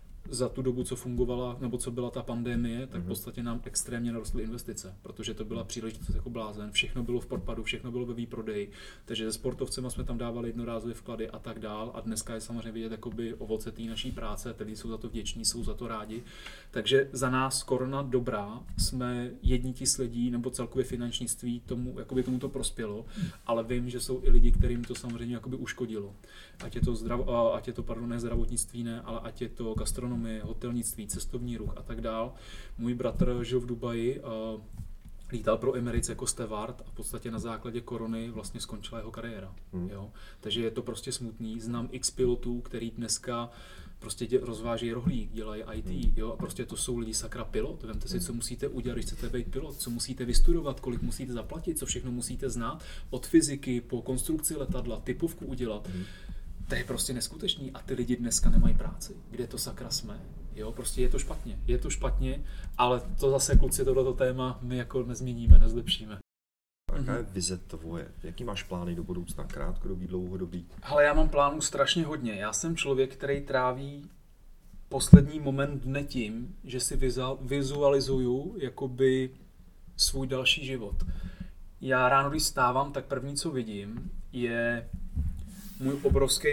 za tu dobu, co fungovala, nebo co byla ta pandemie, tak v podstatě nám extrémně narostly investice, protože to byla příležitost jako blázen, všechno bylo v podpadu, všechno bylo ve výprodeji, takže se sportovcema jsme tam dávali jednorázové vklady a tak dál a dneska je samozřejmě vidět jakoby ovoce té naší práce, tedy jsou za to vděční, jsou za to rádi. Takže za nás korona dobrá, jsme jedni ti sledí, nebo celkově finančnictví tomu to prospělo, ale vím, že jsou i lidi, kterým to samozřejmě jakoby uškodilo. Ať je to ne zdravotnictví, ne, ale ať je to gastronomie, gastronomie, hotelnictví, cestovní ruch a tak dál. Můj bratr žil v Dubaji, lítal pro Emirates jako steward a v podstatě na základě korony vlastně skončila jeho kariéra. Jo? Takže je to prostě smutný. Znám x pilotů, který dneska prostě rozvážejí rohlík, dělají IT, jo? A prostě to jsou lidi sakra pilot. Vemte si, co musíte udělat, když chcete být pilot, co musíte vystudovat, kolik musíte zaplatit, co všechno musíte znát, od fyziky po konstrukci letadla, typovku udělat. To je prostě neskutečný a ty lidi dneska nemají práci. Kde to sakra jsme? Jo, prostě je to špatně, ale to zase, kluci, tohleto téma my jako nezměníme, nezlepšíme. Jaká je vize tvoje? Jaký máš plány do budoucna? Krátkodobý, dlouhodobý? Hele, já mám plánů strašně hodně. Já jsem člověk, který tráví poslední moment dne tím, že si vizualizuju jakoby svůj další život. Já ráno, když stávám, tak první, co vidím, je můj obrovský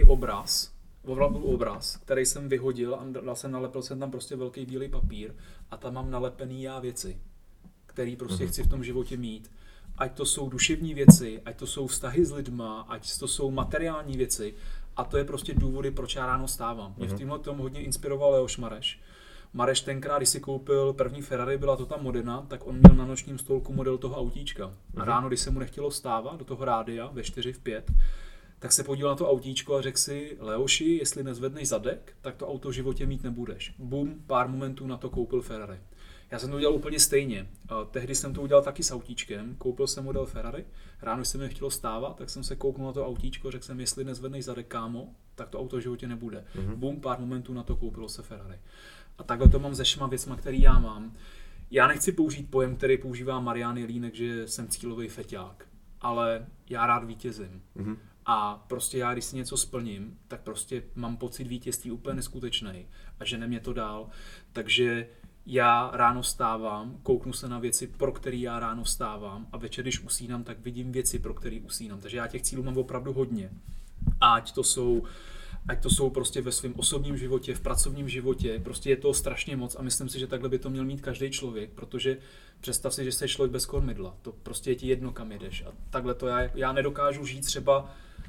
obraz, který jsem vyhodil a nalepil jsem tam prostě velký bílý papír a tam mám nalepený já věci, který prostě chci v tom životě mít. Ať to jsou duševní věci, ať to jsou vztahy s lidma, ať to jsou materiální věci a to je prostě důvody, proč já ráno stávám. Mě v tomhle tom hodně inspiroval Leoš Mareš. Mareš tenkrát, když si koupil první Ferrari, byla to ta Modena, tak on měl na nočním stolku model toho autíčka. A ráno, když se mu nechtělo vstávat do toho rádia ve 4, v 5, tak se podíval na to autíčko a řekl si, Leoši, jestli nezvedneš zadek, tak to auto v životě mít nebudeš. Bum, pár momentů na to koupil Ferrari. Já jsem to udělal úplně stejně. Tehdy jsem to udělal taky s autíčkem, koupil jsem model Ferrari, ráno, když se mi nechtělo stávat, tak jsem se kouknul na to autíčko, řekl jsem, jestli nezvedneš zadek, kámo, tak to auto v životě nebude. Bum, pár momentů na to koupilo se Ferrari. A takhle to mám se všema věcma, který já mám. Já nechci použít pojem, který používá Marián Jelínek, že jsem cílový feťák, ale já rád vítězím. A prostě já, když si něco splním, tak prostě mám pocit vítězství úplně neskutečný a žene mě to dál. Takže já ráno vstávám, kouknu se na věci, pro které já ráno vstávám a večer, když usínám, tak vidím věci, pro které usínám. Takže já těch cílů mám opravdu hodně. Ať to jsou prostě ve svém osobním životě, v pracovním životě, prostě je toho strašně moc a myslím si, že takhle by to měl mít každý člověk, protože představ si, že jsi člověk bez kormidla, to prostě je ti jedno, kam jedeš a takhle to já nedokážu žít třeba.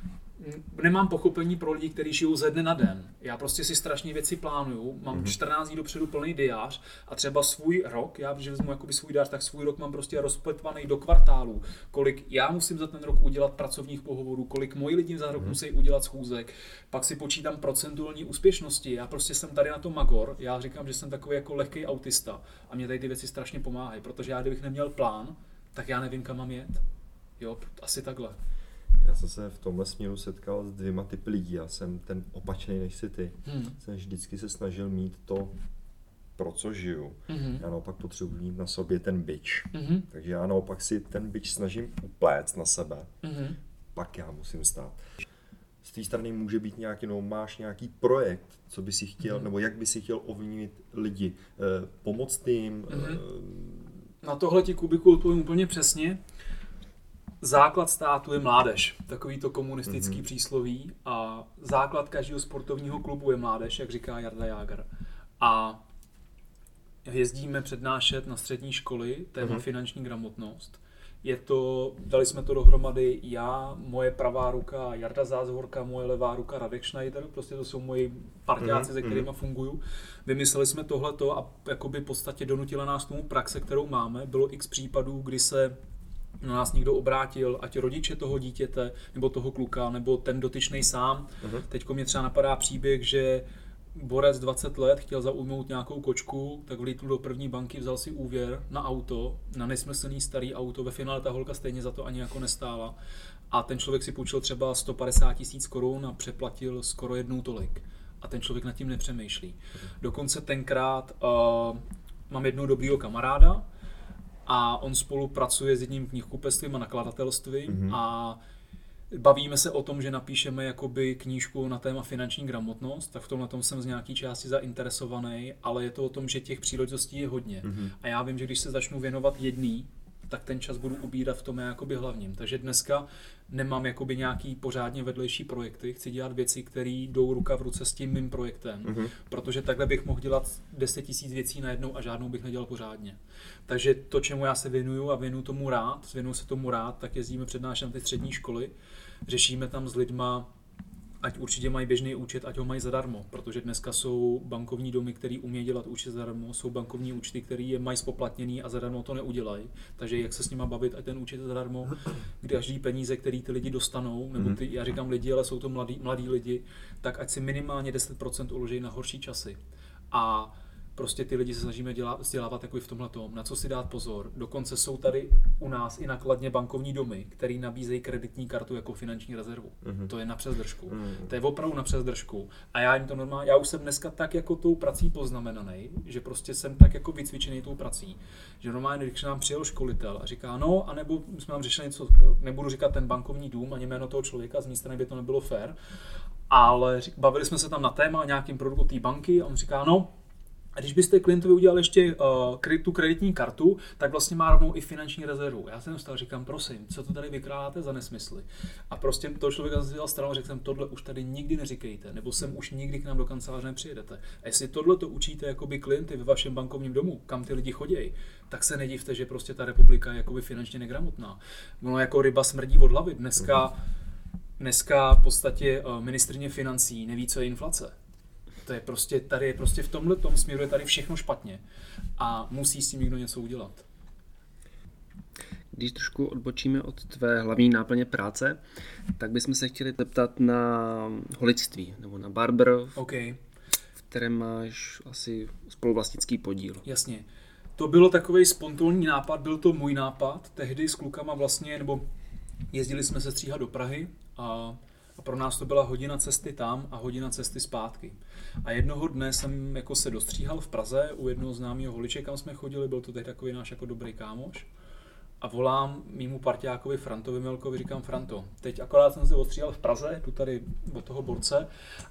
Nemám pochopení pro lidi, kteří žijou ze dne na den. Já prostě si strašně věci plánuju, mám 14 dní dopředu plný diář a třeba svůj rok, já že vezmu jakoby svůj diář, tak svůj rok mám prostě rozpletvaný do kvartálů. Kolik já musím za ten rok udělat pracovních pohovorů, kolik moji lidi za rok musí udělat schůzek, pak si počítám procentuální úspěšnosti. Já prostě jsem tady na to magor, já říkám, že jsem takový jako lehký autista a mě tady ty věci strašně pomáhají, protože já kdybych neměl plán, tak já nevím, kam mám jet. Jo, asi takhle. Já jsem se v tomhle směru setkal s 2 typy lidí. Já jsem ten opačný než si ty. Jsem vždycky se snažil mít to, pro co žiju. Já naopak potřebuji mít na sobě ten bič. Takže já naopak si ten bič snažím upléct na sebe. Pak já musím stát. Z té strany může být nějaký, máš nějaký projekt, co by si chtěl, nebo jak by si chtěl ovlivnit lidi. Pomoct jim. Na tohle ti, Kubiku, odpovím úplně přesně. Základ státu je mládež, takový to komunistický přísloví a základ každého sportovního klubu je mládež, jak říká Jarda Jágr. A jezdíme přednášet na střední školy téma finanční gramotnost. Dali jsme to dohromady já, moje pravá ruka Jarda Zázvorka, moje levá ruka Radek Schneider, prostě to jsou moji parťáci, se kterými funguju. Vymysleli jsme tohleto a jakoby v podstatě donutila nás tomu praxe, kterou máme. Bylo x případů, kdy se na nás někdo obrátil, ať rodiče toho dítěte, nebo toho kluka, nebo ten dotyčnej sám. Teďko mě třeba napadá příběh, že borec 20 let chtěl zaujmout nějakou kočku, tak vlítl do první banky, vzal si úvěr na auto, na nesmyslný starý auto, ve finále ta holka stejně za to ani jako nestála. A ten člověk si půjčil třeba 150 000 korun a přeplatil skoro 1 tolik. A ten člověk nad tím nepřemýšlí. Dokonce tenkrát mám jednoho dobrýho kamaráda, a on spolupracuje s jedním knihkupectvím a nakladatelstvím a bavíme se o tom, že napíšeme jakoby knížku na téma finanční gramotnost, tak v tomhle tom jsem z nějaký části zainteresovaný, ale je to o tom, že těch příležitostí je hodně. A já vím, že když se začnu věnovat jedný, tak ten čas budu ubírat v tom jakoby hlavním. Takže dneska nemám jakoby nějaký pořádně vedlejší projekty, chci dělat věci, které jdou ruka v ruce s tím mým projektem, protože takhle bych mohl dělat 10 000 věcí najednou a žádnou bych nedělal pořádně. Takže to, čemu já se věnuju a věnuju se tomu rád, tak jezdíme přednášet na ty střední školy, řešíme tam s lidma, ať určitě mají běžný účet, ať ho mají zadarmo, protože dneska jsou bankovní domy, které umějí dělat účet zadarmo, jsou bankovní účty, které je mají spoplatněný a zadarmo to neudělají. Takže jak se s nima bavit, ať ten účet je zadarmo, každý peníze, které ty lidi dostanou, nebo ty, já říkám lidi, ale jsou to mladí lidi, tak ať si minimálně 10% uloží na horší časy. A prostě ty lidi se snažíme vzdělávat takový v tomhletom, na co si dát pozor. Dokonce jsou tady u nás i na Kladně bankovní domy, které nabízejí kreditní kartu jako finanční rezervu. To je na přesdržku. To je opravdu na přesdržku. A já jim to normálně, já už jsem dneska tak jako tou prací poznamenaný, že prostě jsem tak jako vycvičený tou prací, že normálně, když nám přijel školitel a říká, no, anebo jsme nám řešili něco, nebudu říkat ten bankovní dům, ani jméno toho člověka, z mé strany by to nebylo fair, ale bavili jsme se tam na téma nějakým produktu té banky a on říká, no, a když byste klientovi udělali ještě tu kreditní kartu, tak vlastně má rovnou i finanční rezervu. Já jsem stál, říkám, prosím, co to tady vykládáte za nesmysly? A prostě toho člověka jsem dělal stranu a řekl jsem, tohle už tady nikdy neříkejte, nebo sem už nikdy k nám do kanceláře nepřijedete. A jestli tohle to učíte jakoby klienty ve vašem bankovním domu, kam ty lidi chodí, tak se nedivte, že prostě ta republika je jakoby finančně negramotná. Ono jako ryba smrdí od hlavy. Dneska v podstatě ministryně financí neví, co je inflace. To je prostě, tady je prostě v tomhletom směru je tady všechno špatně a musí s tím někdo něco udělat. Když trošku odbočíme od tvé hlavní náplně práce, tak bychom se chtěli zeptat na holičství nebo na barber, v kterém máš asi spoluvlastnický podíl. Jasně. To bylo takovej spontanní nápad, byl to můj nápad, tehdy s klukama vlastně, nebo jezdili jsme se stříhat do Prahy a pro nás to byla hodina cesty tam a hodina cesty zpátky. A jednoho dne jsem jako se dostříhal v Praze u jednoho známého holiče, kam jsme chodili, byl to tehdy takový náš jako dobrý kámoš. A volám mýmu parťákovi Frantovi Milkovi, říkám Franto, teď akorát jsem se odstříhal v Praze, tu tady od toho borce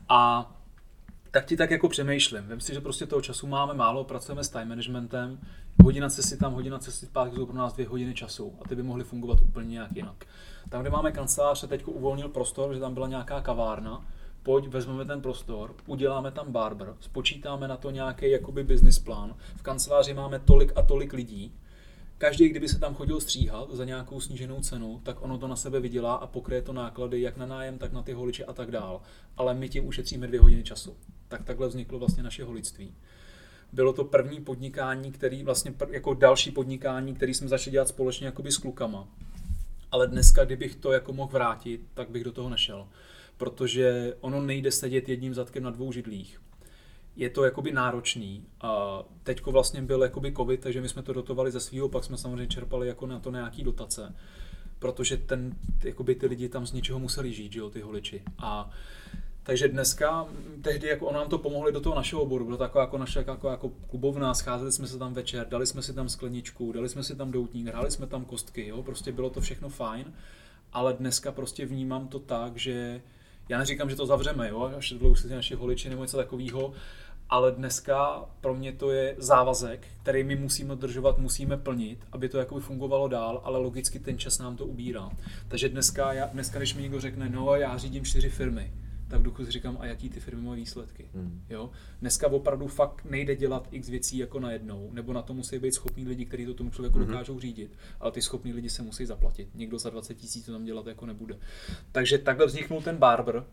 a tak ti tak jako přemýšlím. Vem si, že prostě toho času máme málo, pracujeme s time managementem, hodina cesty tam, hodina cesty zpátky jsou pro nás 2 hodiny času a ty by mohly fungovat úplně nějak jinak. Tam, kde máme kancelář, se teď uvolnil prostor, že tam byla nějaká kavárna, pojď, vezmeme ten prostor, uděláme tam barber, spočítáme na to nějaký jakoby business plán, v kanceláři máme tolik a tolik lidí, každý, kdyby se tam chodil stříhat za nějakou sníženou cenu, tak ono to na sebe vydělá a pokryje to náklady jak na nájem, tak na ty holiče a tak dál. Ale my tím ušetříme 2 hodiny času. Tak takhle vzniklo vlastně naše holictví. Bylo to první podnikání, který vlastně jako další podnikání, který jsme začali dělat společně jakoby s klukama. Ale dneska, kdybych to jako mohl vrátit, tak bych do toho nešel. Protože ono nejde sedět jedním zadkem na 2 židlích. Je to jakoby náročný. A teďko vlastně byl jakoby covid, takže my jsme to dotovali ze svýho, pak jsme samozřejmě čerpali jako na to nějaký dotace. Protože jakoby ty lidi tam z něčeho museli žít, že jo, ty holiči. A takže dneska, tehdy jako nám to pomohli do toho našeho oboru, bylo taková jako naše jako klubovna, scházeli jsme se tam večer, dali jsme si tam skleničku, dali jsme si tam doutník, hráli jsme tam kostky, jo, prostě bylo to všechno fajn, ale dneska prostě vnímám to tak, že já neříkám, že to zavřeme, jo, až dlouho si naši holiči nebo něco takového, ale dneska pro mě to je závazek, který my musíme dodržovat, musíme plnit, aby to jakoby fungovalo dál, ale logicky ten čas nám to ubírá. Takže dneska, když mi někdo řekne, no já řídím 4 firmy, tak v duchu si říkám, a jaký ty firmy mají výsledky. Jo? Dneska opravdu fakt nejde dělat x věcí jako najednou, nebo na to musí být schopní lidi, kteří to tomu člověku dokážou řídit, ale ty schopní lidi se musí zaplatit. Někdo za 20 000 to tam dělat jako nebude. Takže takhle vzniknul ten barber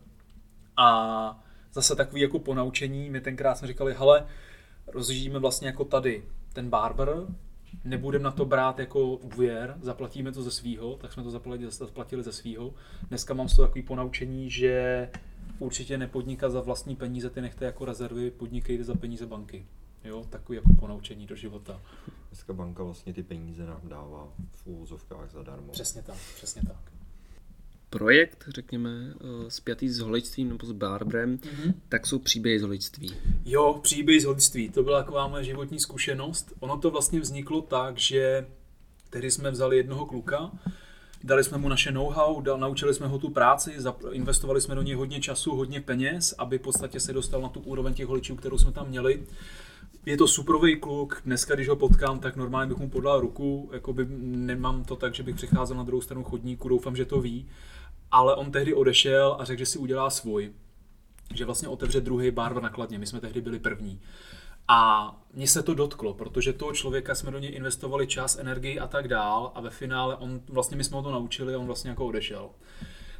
a zase takový jako ponaučení, my tenkrát jsme říkali, hele, rozjíždíme vlastně jako tady ten barber, nebudeme na to brát jako úvěr, zaplatíme to ze svýho, tak jsme to zaplatili ze svýho. Dneska mám z toho takový ponaučení, že určitě nepodnikat za vlastní peníze, ty nechte jako rezervy, podnikejte za peníze banky. Jo, takový jako ponaučení do života. Dneska banka vlastně ty peníze nám dává v úvozovkách zadarmo. Přesně tak. Projekt, řekněme, spjatý s holičstvím nebo s barberem, tak jsou příběhy z holičství. Jo, příběhy z holičství, to byla taková moje životní zkušenost. Ono to vlastně vzniklo tak, že tehdy jsme vzali jednoho kluka, dali jsme mu naše know-how, naučili jsme ho tu práci, investovali jsme do něj hodně času, hodně peněz, aby v podstatě se dostal na tu úroveň těch holičů, kterou jsme tam měli. Je to superový kluk, dneska když ho potkám, tak normálně bych mu podal ruku, jakoby nemám to tak, že bych přicházel na druhou stranu chodníku, doufám, že to ví. Ale on tehdy odešel a řekl, že si udělá svůj, že vlastně otevře druhý barber na Kladně, my jsme tehdy byli první. A mně se to dotklo, protože toho člověka jsme do něj investovali čas, energii a tak dál a ve finále my jsme ho to naučili a on vlastně jako odešel.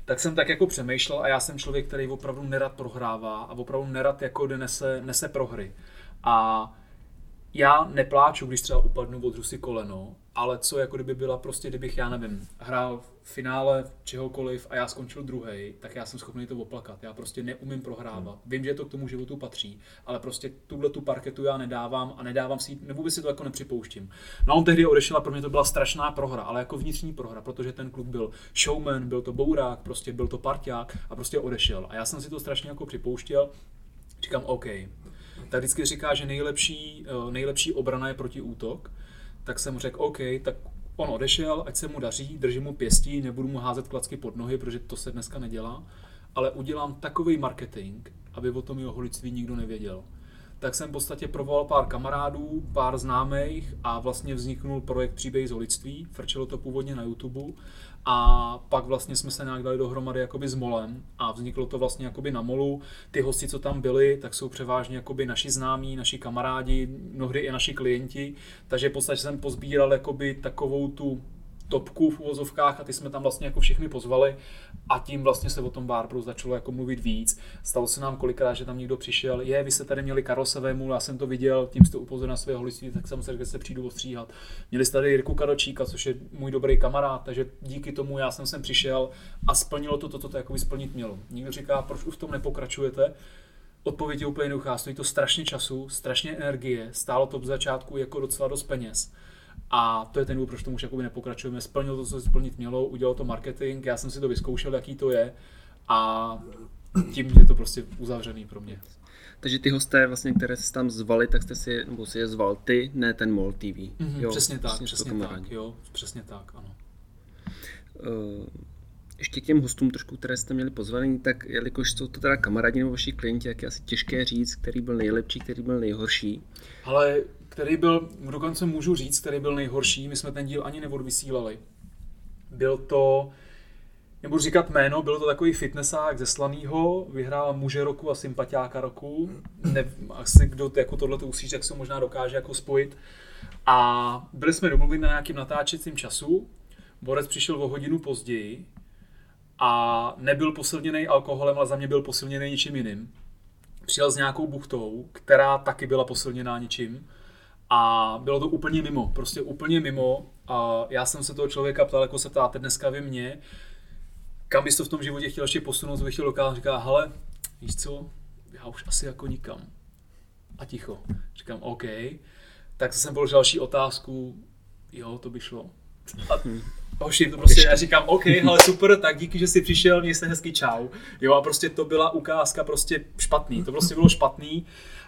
tak jsem tak jako přemýšlel a já jsem člověk, který opravdu nerad prohrává a opravdu nerad jako nese prohry. A já nepláču, když třeba upadnu, odřu si koleno, ale co jako kdyby byla prostě, kdybych, já nevím, hrál v finále čehokoliv a já skončil druhej, tak já jsem schopný to oplakat. Já prostě neumím prohrávat. Vím, že to k tomu životu patří, ale prostě tu parketu já nedávám a nedávám si, nebo vůbec si to jako nepřipouštím. No a on tehdy odešel a pro mě to byla strašná prohra, ale jako vnitřní prohra, protože ten kluk byl showman, byl to bourák, prostě byl to parťák a prostě odešel. A já jsem si to strašně jako připouštěl. Říkám, OK. Tak vždycky říká, že nejlepší obrana je protiútok. Tak jsem řekl, OK, tak on odešel, ať se mu daří, držím mu pěstí, nebudu mu házet klacky pod nohy, protože to se dneska nedělá, ale udělám takový marketing, aby o tom jeho holictví nikdo nevěděl. Tak jsem v podstatě provolal pár kamarádů, pár známých a vlastně vzniknul projekt Příběhy z holictví, frčelo to původně na YouTube a pak vlastně jsme se nějak dali dohromady jakoby s Molem a vzniklo to vlastně jakoby na Molu. Ty hosti, co tam byli, tak jsou převážně jakoby naši známí, naši kamarádi, mnohdy i naši klienti, takže v podstatě jsem pozbíral jakoby takovou tu topku v uvozovkách a ty jsme tam vlastně jako všechny pozvali a tím vlastně se o tom Barbru začalo jako mluvit víc. Stalo se nám kolikrát, že tam někdo přišel, vy jste tady měli Karlosevému, já jsem to viděl, tím jste upozoril na své holictví, tak jsem se řekl, že se přijdu ostříhat. Měli jste tady Jirku Kadočíka, což je můj dobrý kamarád, takže díky tomu já jsem sem přišel a splnilo to jako by splnit mělo. Někdo říká, proč už v tom nepokračujete? Odpověď je úplně jednoduchá, stojí to strašně času, strašně energie, stálo to v začátku jako docela dost peněz. A to je ten důvod, proč tomu už jakoby nepokračujeme. Splnil to, co se splnit mělo, udělal to marketing, já jsem si to vyzkoušel, jaký to je a tím je to prostě uzavřený pro mě. Takže ty hosté, vlastně, které jste tam zvali, tak jste si je zval ty, ne ten MOL TV. Jo, přesně tak, přesně tak, ano. Ještě k těm hostům trošku, které jste měli pozvaný, tak jelikož jsou to teda kamarádi nebo vaši klienti, jak je asi těžké říct, který byl nejlepší, který byl nejhorší. Ale který byl, dokonce můžu říct, který byl nejhorší, my jsme ten díl ani neodvysílali. Byl to, nebudu říkat jméno, byl to takový fitnessák ze Slanýho, vyhrál muže roku a sympatiáka roku. Asi kdo jako tohleto uslyší, tak se možná dokáže jako spojit. A byli jsme domluveni na nějakým natáčecím času, borec přišel o hodinu později a nebyl posilněný alkoholem, ale za mě byl posilněný ničím jiným. Přijel s nějakou buchtou, která taky byla posilněná ničím. A bylo to úplně mimo, prostě úplně mimo. A já jsem se toho člověka ptal, jako se ptáte dneska vy mě, kam bys to v tom životě chtěl ještě posunout, co bych chtěl dokázat. Říká, hele, víš co, já už asi jako nikam. A ticho. Říkám, OK. Tak jsem položil další otázku, jo, to by šlo. A hoši, to prostě, já říkám, OK, hele, super, tak díky, že jsi přišel, měj se hezky, čau. Jo, a prostě to byla ukázka prostě špatný, to prostě bylo špatný.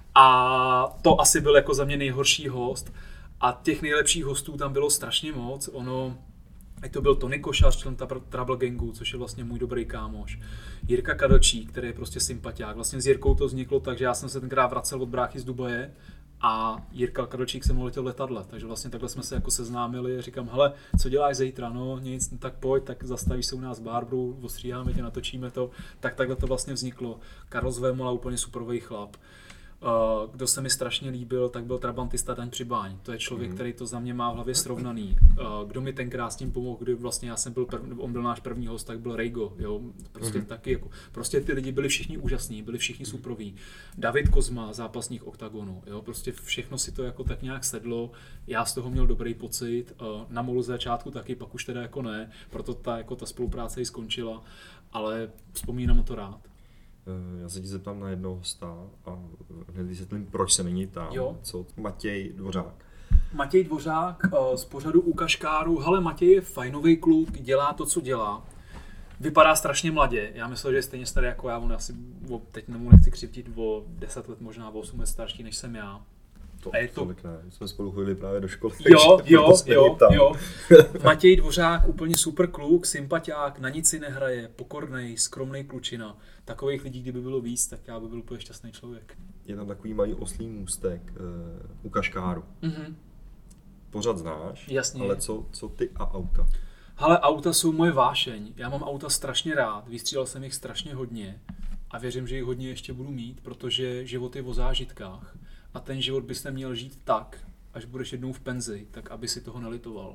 A to asi byl jako za mě nejhorší host. A těch nejlepších hostů tam bylo strašně moc. Ať to byl Tony Košař, člen Trouble Gangu, což je vlastně můj dobrý kámoš. Jirka Kadočík, který je prostě sympatiák. Vlastně s Jirkou to vzniklo tak, že já jsem se tenkrát vracel od bráchy z Dubaje a Jirka Kadočík se mnou letěl v letadle. Takže vlastně takhle jsme se jako seznámili. Říkám, hele, co děláš zítra? No nic, tak pojď, tak zastavíš se u nás v Barbru, ostříháme tě, natočíme to. Tak takhle to vlastně vzniklo. Carlos Vémola, úplně superový chlap. Kdo se mi strašně líbil, tak byl trabantista Daň Přibáň. To je člověk, který to za mě má v hlavě srovnaný. Kdo mi tenkrát s tím pomohl, kdy vlastně já jsem byl on byl náš první host, tak byl Rejgo, jo. Prostě taky jako, prostě ty lidi byli všichni úžasní, byli všichni superoví. David Kozma, zápasník Oktagonu, jo. Prostě všechno si to jako tak nějak sedlo. Já z toho měl dobrý pocit. Na Molu z začátku taky, pak už teda jako ne, proto ta spolupráce i skončila, ale vzpomínám na to rád. Já se ti zeptám na jednoho hosta a hned vysvětlím, proč se není tam. Jo. Co? Matěj Dvořák. Matěj Dvořák z pořadu U Kaškáru. Hele, Matěj je fajnový kluk, dělá to, co dělá. Vypadá strašně mladě. Já myslím, že je stejně starý jako já. On asi, teď mu nechci křivtit, o 10 let, možná o 8 let starší, než jsem já. Tolik ne, jsme spolu chodili právě do školy. Jo. Matěj Dvořák, úplně super kluk, sympatiák, na nic si nehraje, pokornej, skromnej klučina. Takových lidí, kdyby bylo víc, tak já by byl úplně šťastný člověk. Je tam takový malý oslý můstek U Kaškáru. Pořád znáš, jasně. Ale co ty a auta? Hele, auta jsou moje vášeň. Já mám auta strašně rád, vystřílel jsem jich strašně hodně a věřím, že jich hodně ještě budu mít, protože život je o zážitkách. A ten život byste měl žít tak, až budeš jednou v penzi, tak aby si toho nelitoval.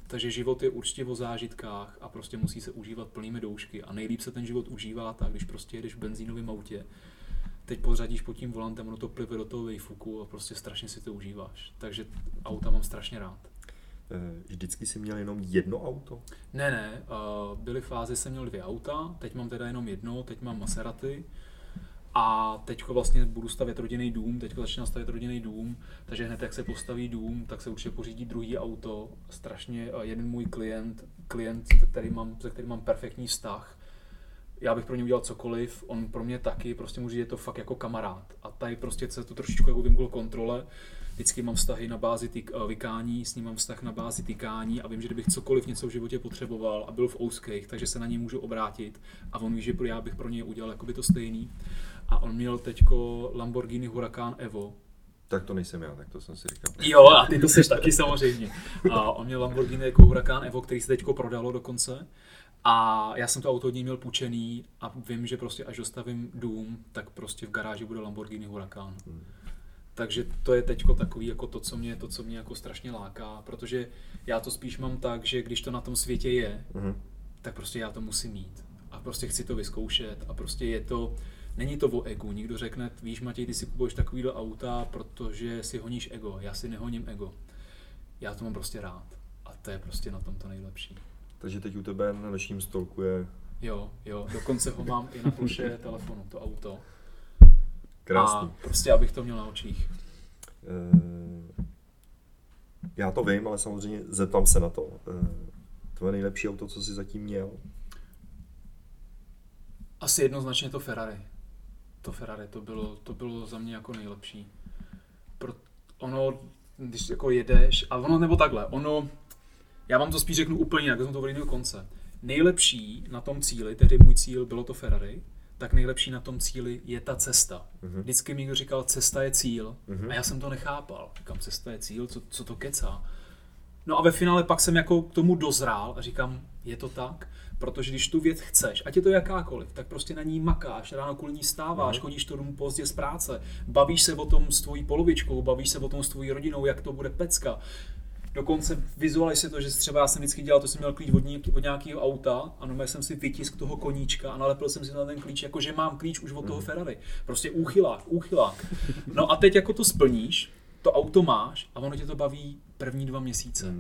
Takže život je určitě o zážitkách a prostě musí se užívat plnými doušky a nejlíp se ten život užívá tak, když prostě jedeš v benzínovém autě, teď pořadíš pod tím volantem, ono to plive do toho vejfuku a prostě strašně si to užíváš. Takže auta mám strašně rád. Vždycky jsi měl jenom jedno auto? Ne, byly fáze, jsem měl 2 auta, teď mám teda jenom jedno, teď mám Maserati a teďko vlastně budu stavět rodinný dům, teďko začínám stavět rodinný dům, takže hned jak se postaví dům, tak se určitě pořídí druhý auto. Strašně jeden můj klient, se kterým mám perfektní vztah, já bych pro ně udělal cokoliv, on pro mě taky, prostě může je to fakt jako kamarád a tady prostě se to trošičku jako vymklo kontrole. Vždycky mám vztahy na bázi vykání, s ním mám vztah na bázi tykání a vím, že kdybych cokoliv něco v životě potřeboval a byl v ouských, takže se na něj můžu obrátit a on ví, že já bych pro něj udělal jakoby to stejný. A on měl teďko Lamborghini Huracan Evo. Tak to nejsem já, tak to jsem si říkal. Jo, a ty to seš taky samozřejmě. A on měl Lamborghini jako Huracan Evo, který se teďko prodalo dokonce. A já jsem to auto od něj měl půjčený a vím, že prostě až dostavím dům, tak prostě v garáži bude Lamborghini Huracan. Takže to je teďko takový jako to, co mě jako strašně láká, protože já to spíš mám tak, že když to na tom světě je, tak prostě já to musím mít. A prostě chci to vyzkoušet a prostě není to o egu. Nikdo řekne, víš Matěj, ty si kupuješ takovýhle auta, protože si honíš ego. Já si nehoním ego. Já to mám prostě rád. A to je prostě na tom to nejlepší. Takže teď u tebe na nočním stolku je... Jo, dokonce ho mám i na ploše telefonu, to auto. Krásný. A prostě abych to měl na očích. Já to vím, ale samozřejmě zeptám se na to. Tvoje nejlepší auto, co jsi zatím měl? Asi jednoznačně to Ferrari. To bylo za mě jako nejlepší. Ono, když jako jedeš, a ono nebo takhle, já vám to spíš řeknu úplně jinak, jsem to od jiného konce. Nejlepší na tom cíli, tehdy můj cíl bylo to Ferrari, tak nejlepší na tom cíli je ta cesta. Vždycky mi někdo říkal, cesta je cíl a já jsem to nechápal. Říkám, cesta je cíl, co to kecá? No a ve finále pak jsem jako k tomu dozrál a říkám, je to tak? Protože když tu věc chceš, ať je to jakákoliv, tak prostě na ní makáš, ráno kvůli ní stáváš, chodíš to domů pozdě z práce, bavíš se o tom s tvojí polovičkou, bavíš se o tom s tvojí rodinou, jak to bude pecka. Dokonce vizualizuj si to, že třeba já jsem vždycky dělal, to jsem měl klíč od nějakého auta a normálně jsem si vytisk toho koníčka a nalepil jsem si na ten klíč, jakože mám klíč už od toho Ferrari. Prostě úchylák. No a teď jako to splníš, to auto máš a ono tě to baví první 2 měsíce.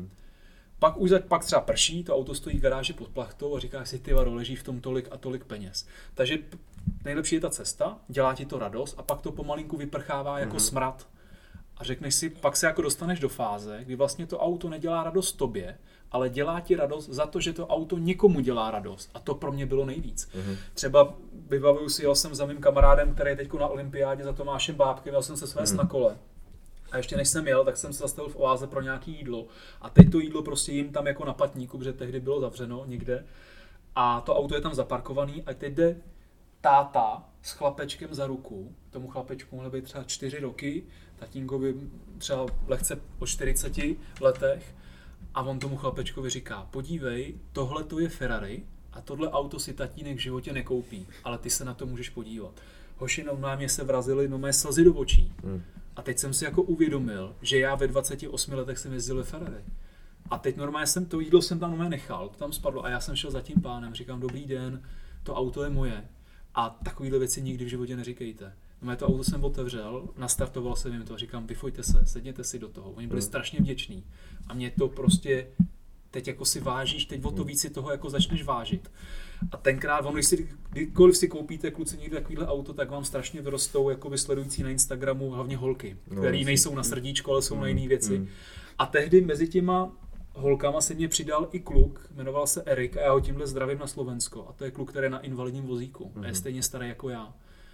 Pak třeba prší, to auto stojí v garáži pod plachtou a říkáš si, ty vado, leží v tom tolik a tolik peněz. Takže nejlepší je ta cesta, dělá ti to radost a pak to pomalinku vyprchává jako smrad. A řekneš si, pak se jako dostaneš do fáze, kdy vlastně to auto nedělá radost tobě, ale dělá ti radost za to, že to auto někomu dělá radost. A to pro mě bylo nejvíc. Třeba vybavuju si, jel jsem za mým kamarádem, který je teď na olympiádě za Tomášem Bábkem, jel jsem se svést na kole. A ještě než jsem jel, tak jsem se zastavil v oáze pro nějaký jídlo. A teď to jídlo prostě jim tam jako na patníku, protože tehdy bylo zavřeno někde. A to auto je tam zaparkovaný a teď jde táta s chlapečkem za ruku. Tomu chlapečku mohlo být třeba 4 roky, tatínkovi třeba lehce o 40 letech. A on tomu chlapečkovi říká, podívej, tohle to je Ferrari a tohle auto si tatínek v životě nekoupí, ale ty se na to můžeš podívat. Hoši na mě se vrazily mé slzy do očí. A teď jsem si jako uvědomil, že já ve 28 letech jsem jezdil ve Ferrari. A teď normálně to jídlo jsem tam normálně nechal, to tam spadlo a já jsem šel za tím pánem, říkám, dobrý den, to auto je moje. A takovýhle věci nikdy v životě neříkejte. No, to auto jsem otevřel, nastartoval jsem jim to a říkám, vyfojte se, sedněte si do toho. Oni byli strašně vděční. A mě to prostě teď jako si vážíš, teď o to víc si toho jako začneš vážit. A tenkrát, kdykoliv si koupíte kluci někde takovýhle auto, tak vám strašně vyrostou jakoby sledující na Instagramu hlavně holky, které nejsou na srdíčko, ale jsou na jiné věci. A tehdy mezi těma holkama se mě přidal i kluk, jmenoval se Erik a já ho tímhle zdravím na Slovensko. A to je kluk, který je na invalidním vozíku a je stejně starý jako já.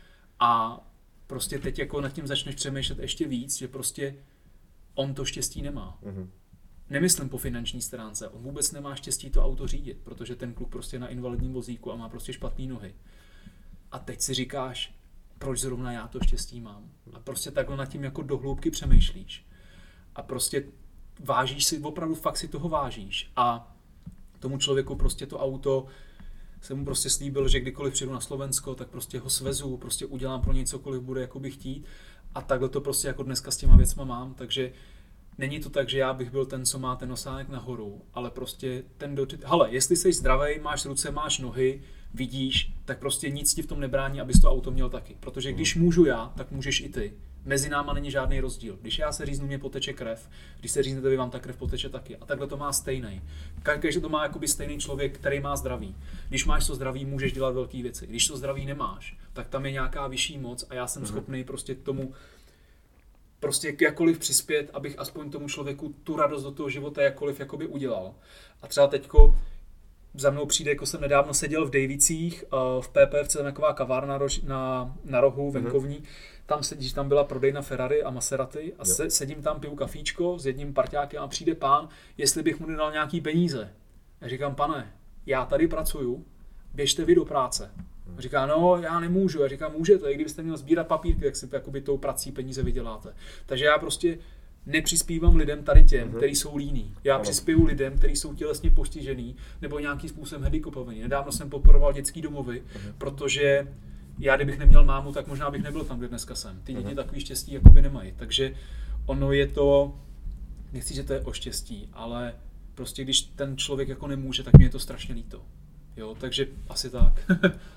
A prostě teď jako nad tím začneš přemýšlet ještě víc, že prostě on to štěstí nemá. Nemyslím po finanční stránce, on vůbec nemá štěstí to auto řídit, protože ten kluk prostě je na invalidním vozíku a má prostě špatné nohy. A teď si říkáš, proč zrovna já to štěstí mám. A prostě takhle nad tím jako do hloubky přemýšlíš. A prostě vážíš si, opravdu fakt si toho vážíš. A tomu člověku prostě to auto jsem mu prostě slíbil, že kdykoliv přijdu na Slovensko, tak prostě ho svezu, prostě udělám pro něj cokoliv bude jakoby chtít. A takhle to prostě jako dneska s těma věcma mám, takže není to tak, že já bych byl ten, co má ten nosánek nahoru, ale prostě ten hele, jestli jsi zdravej, máš ruce, máš nohy, vidíš, tak prostě nic ti v tom nebrání, abys to auto měl taky. Protože když můžu já, tak můžeš i ty. Mezi náma není žádný rozdíl. Když já se říznu, mě poteče krev, když se říznete vy, vám ta krev poteče taky. A takhle to má stejný. Každý to má jakoby stejný člověk, který má zdraví. Když máš to zdraví, můžeš dělat velké věci. Když to zdraví nemáš, tak tam je nějaká vyšší moc a já jsem schopný prostě k tomu prostě jakkoliv přispět, abych aspoň tomu člověku tu radost do toho života jakkoliv jakoby udělal. A třeba teďko za mnou přijde, jako jsem nedávno seděl v Davicích, v PPFC, tam taková kavárna na rohu venkovní, tam sedíš, tam byla prodejna Ferrari a Maserati a sedím tam, piju kafíčko s jedním parťákem a přijde pán, jestli bych mu nedal nějaký peníze. Já říkám, pane, já tady pracuju, běžte vy do práce. A říká, no, já nemůžu. Já říkám, můžete, i kdybyste měl sbírat papírky, jak si jakoby tou prací peníze vyděláte. Takže já prostě nepřispívám lidem tady těm, kteří jsou líní. Já přispěju lidem, kteří jsou tělesně postižený nebo nějakým způsobem handicapovaní. Nedávno jsem podporoval dětský domovy, protože já, kdybych neměl mámu, tak možná bych nebyl tam, kde dneska jsem. Ty děti takový štěstí jakoby nemají. Takže ono je to, nechci, že to je o štěstí, ale prostě když ten člověk jako nemůže, tak mi je to strašně líto. Jo, takže asi tak.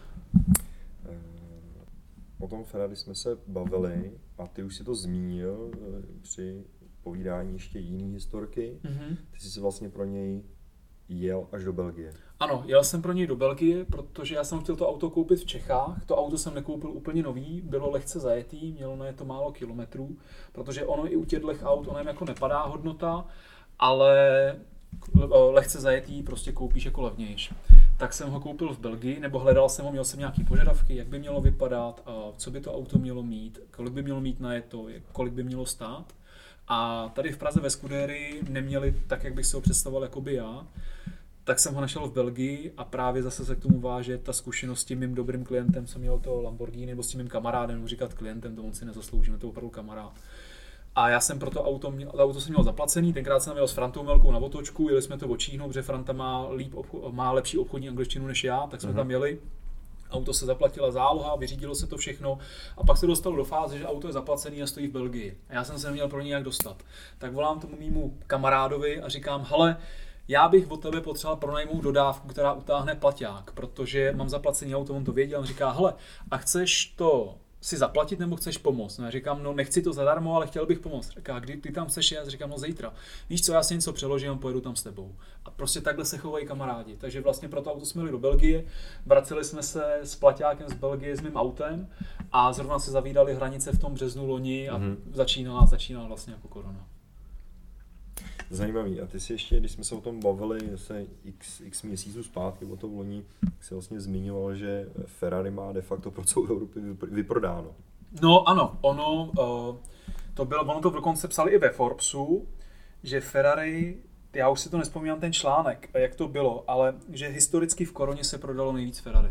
O tom Ferrari jsme se bavili a ty už si to zmínil při povídání ještě jiný historky. Ty jsi se vlastně pro něj jel až do Belgie. Ano, jel jsem pro něj do Belgie, protože já jsem chtěl to auto koupit v Čechách. To auto jsem nekoupil úplně nový, bylo lehce zajetý, mělo na je to málo kilometrů, protože ono i u těchto aut, ono jim jako nepadá hodnota, ale lehce zajetý prostě koupíš jako levnější. Tak jsem ho koupil v Belgii, nebo hledal jsem ho, měl jsem nějaké požadavky, jak by mělo vypadat, co by to auto mělo mít, kolik by mělo mít najeto, kolik by mělo stát. A tady v Praze ve Scudérii neměli tak, jak bych si ho představoval jakoby já, tak jsem ho našel v Belgii a právě zase se k tomu váže ta zkušenost s tím mým dobrým klientem, co měl to Lamborghini, nebo s tím mým kamarádem, říkat klientem, to on si nezasloužíme, to je opravdu kamarád. A já jsem pro to auto jsem měl zaplacený, tenkrát jsem jel s Frantou Melkou na otočku, jeli jsme to očíhnout, protože Franta má lepší obchodní angličtinu než já, tak jsme tam jeli. Auto se zaplatila záloha, vyřídilo se to všechno a pak se dostalo do fáze, že auto je zaplacený a stojí v Belgii. A já jsem se neměl pro něj jak dostat. Tak volám tomu mému kamarádovi a říkám, hele, já bych od tebe potřeboval pronajmout dodávku, která utáhne plaťák, protože mám zaplacený auto, on to věděl, on říká, hele, a chceš to si zaplatit nebo chceš pomoct? No já říkám, no nechci to zadarmo, ale chtěl bych pomoct. Říká, kdy ty tam chceš? Já říkám, no zítra. Víš co, já si něco přeložím a pojedu tam s tebou. A prostě takhle se chovají kamarádi. Takže vlastně pro to auto jsme jeli do Belgie, vraceli jsme se s plaťákem z Belgie s mým autem a zrovna se zavídali hranice v tom březnu loni a začínala vlastně jako korona. Zajímavý. A ty si ještě, když jsme se o tom bavili se x měsíců zpátky o tom loni, tak si vlastně zmiňoval, že Ferrari má de facto pro celou Evropu vyprodáno. No ano, ono to dokonce psali i ve Forbesu, že Ferrari, já už si to nespomínám ten článek, jak to bylo, ale že historicky v koroně se prodalo nejvíc Ferrari.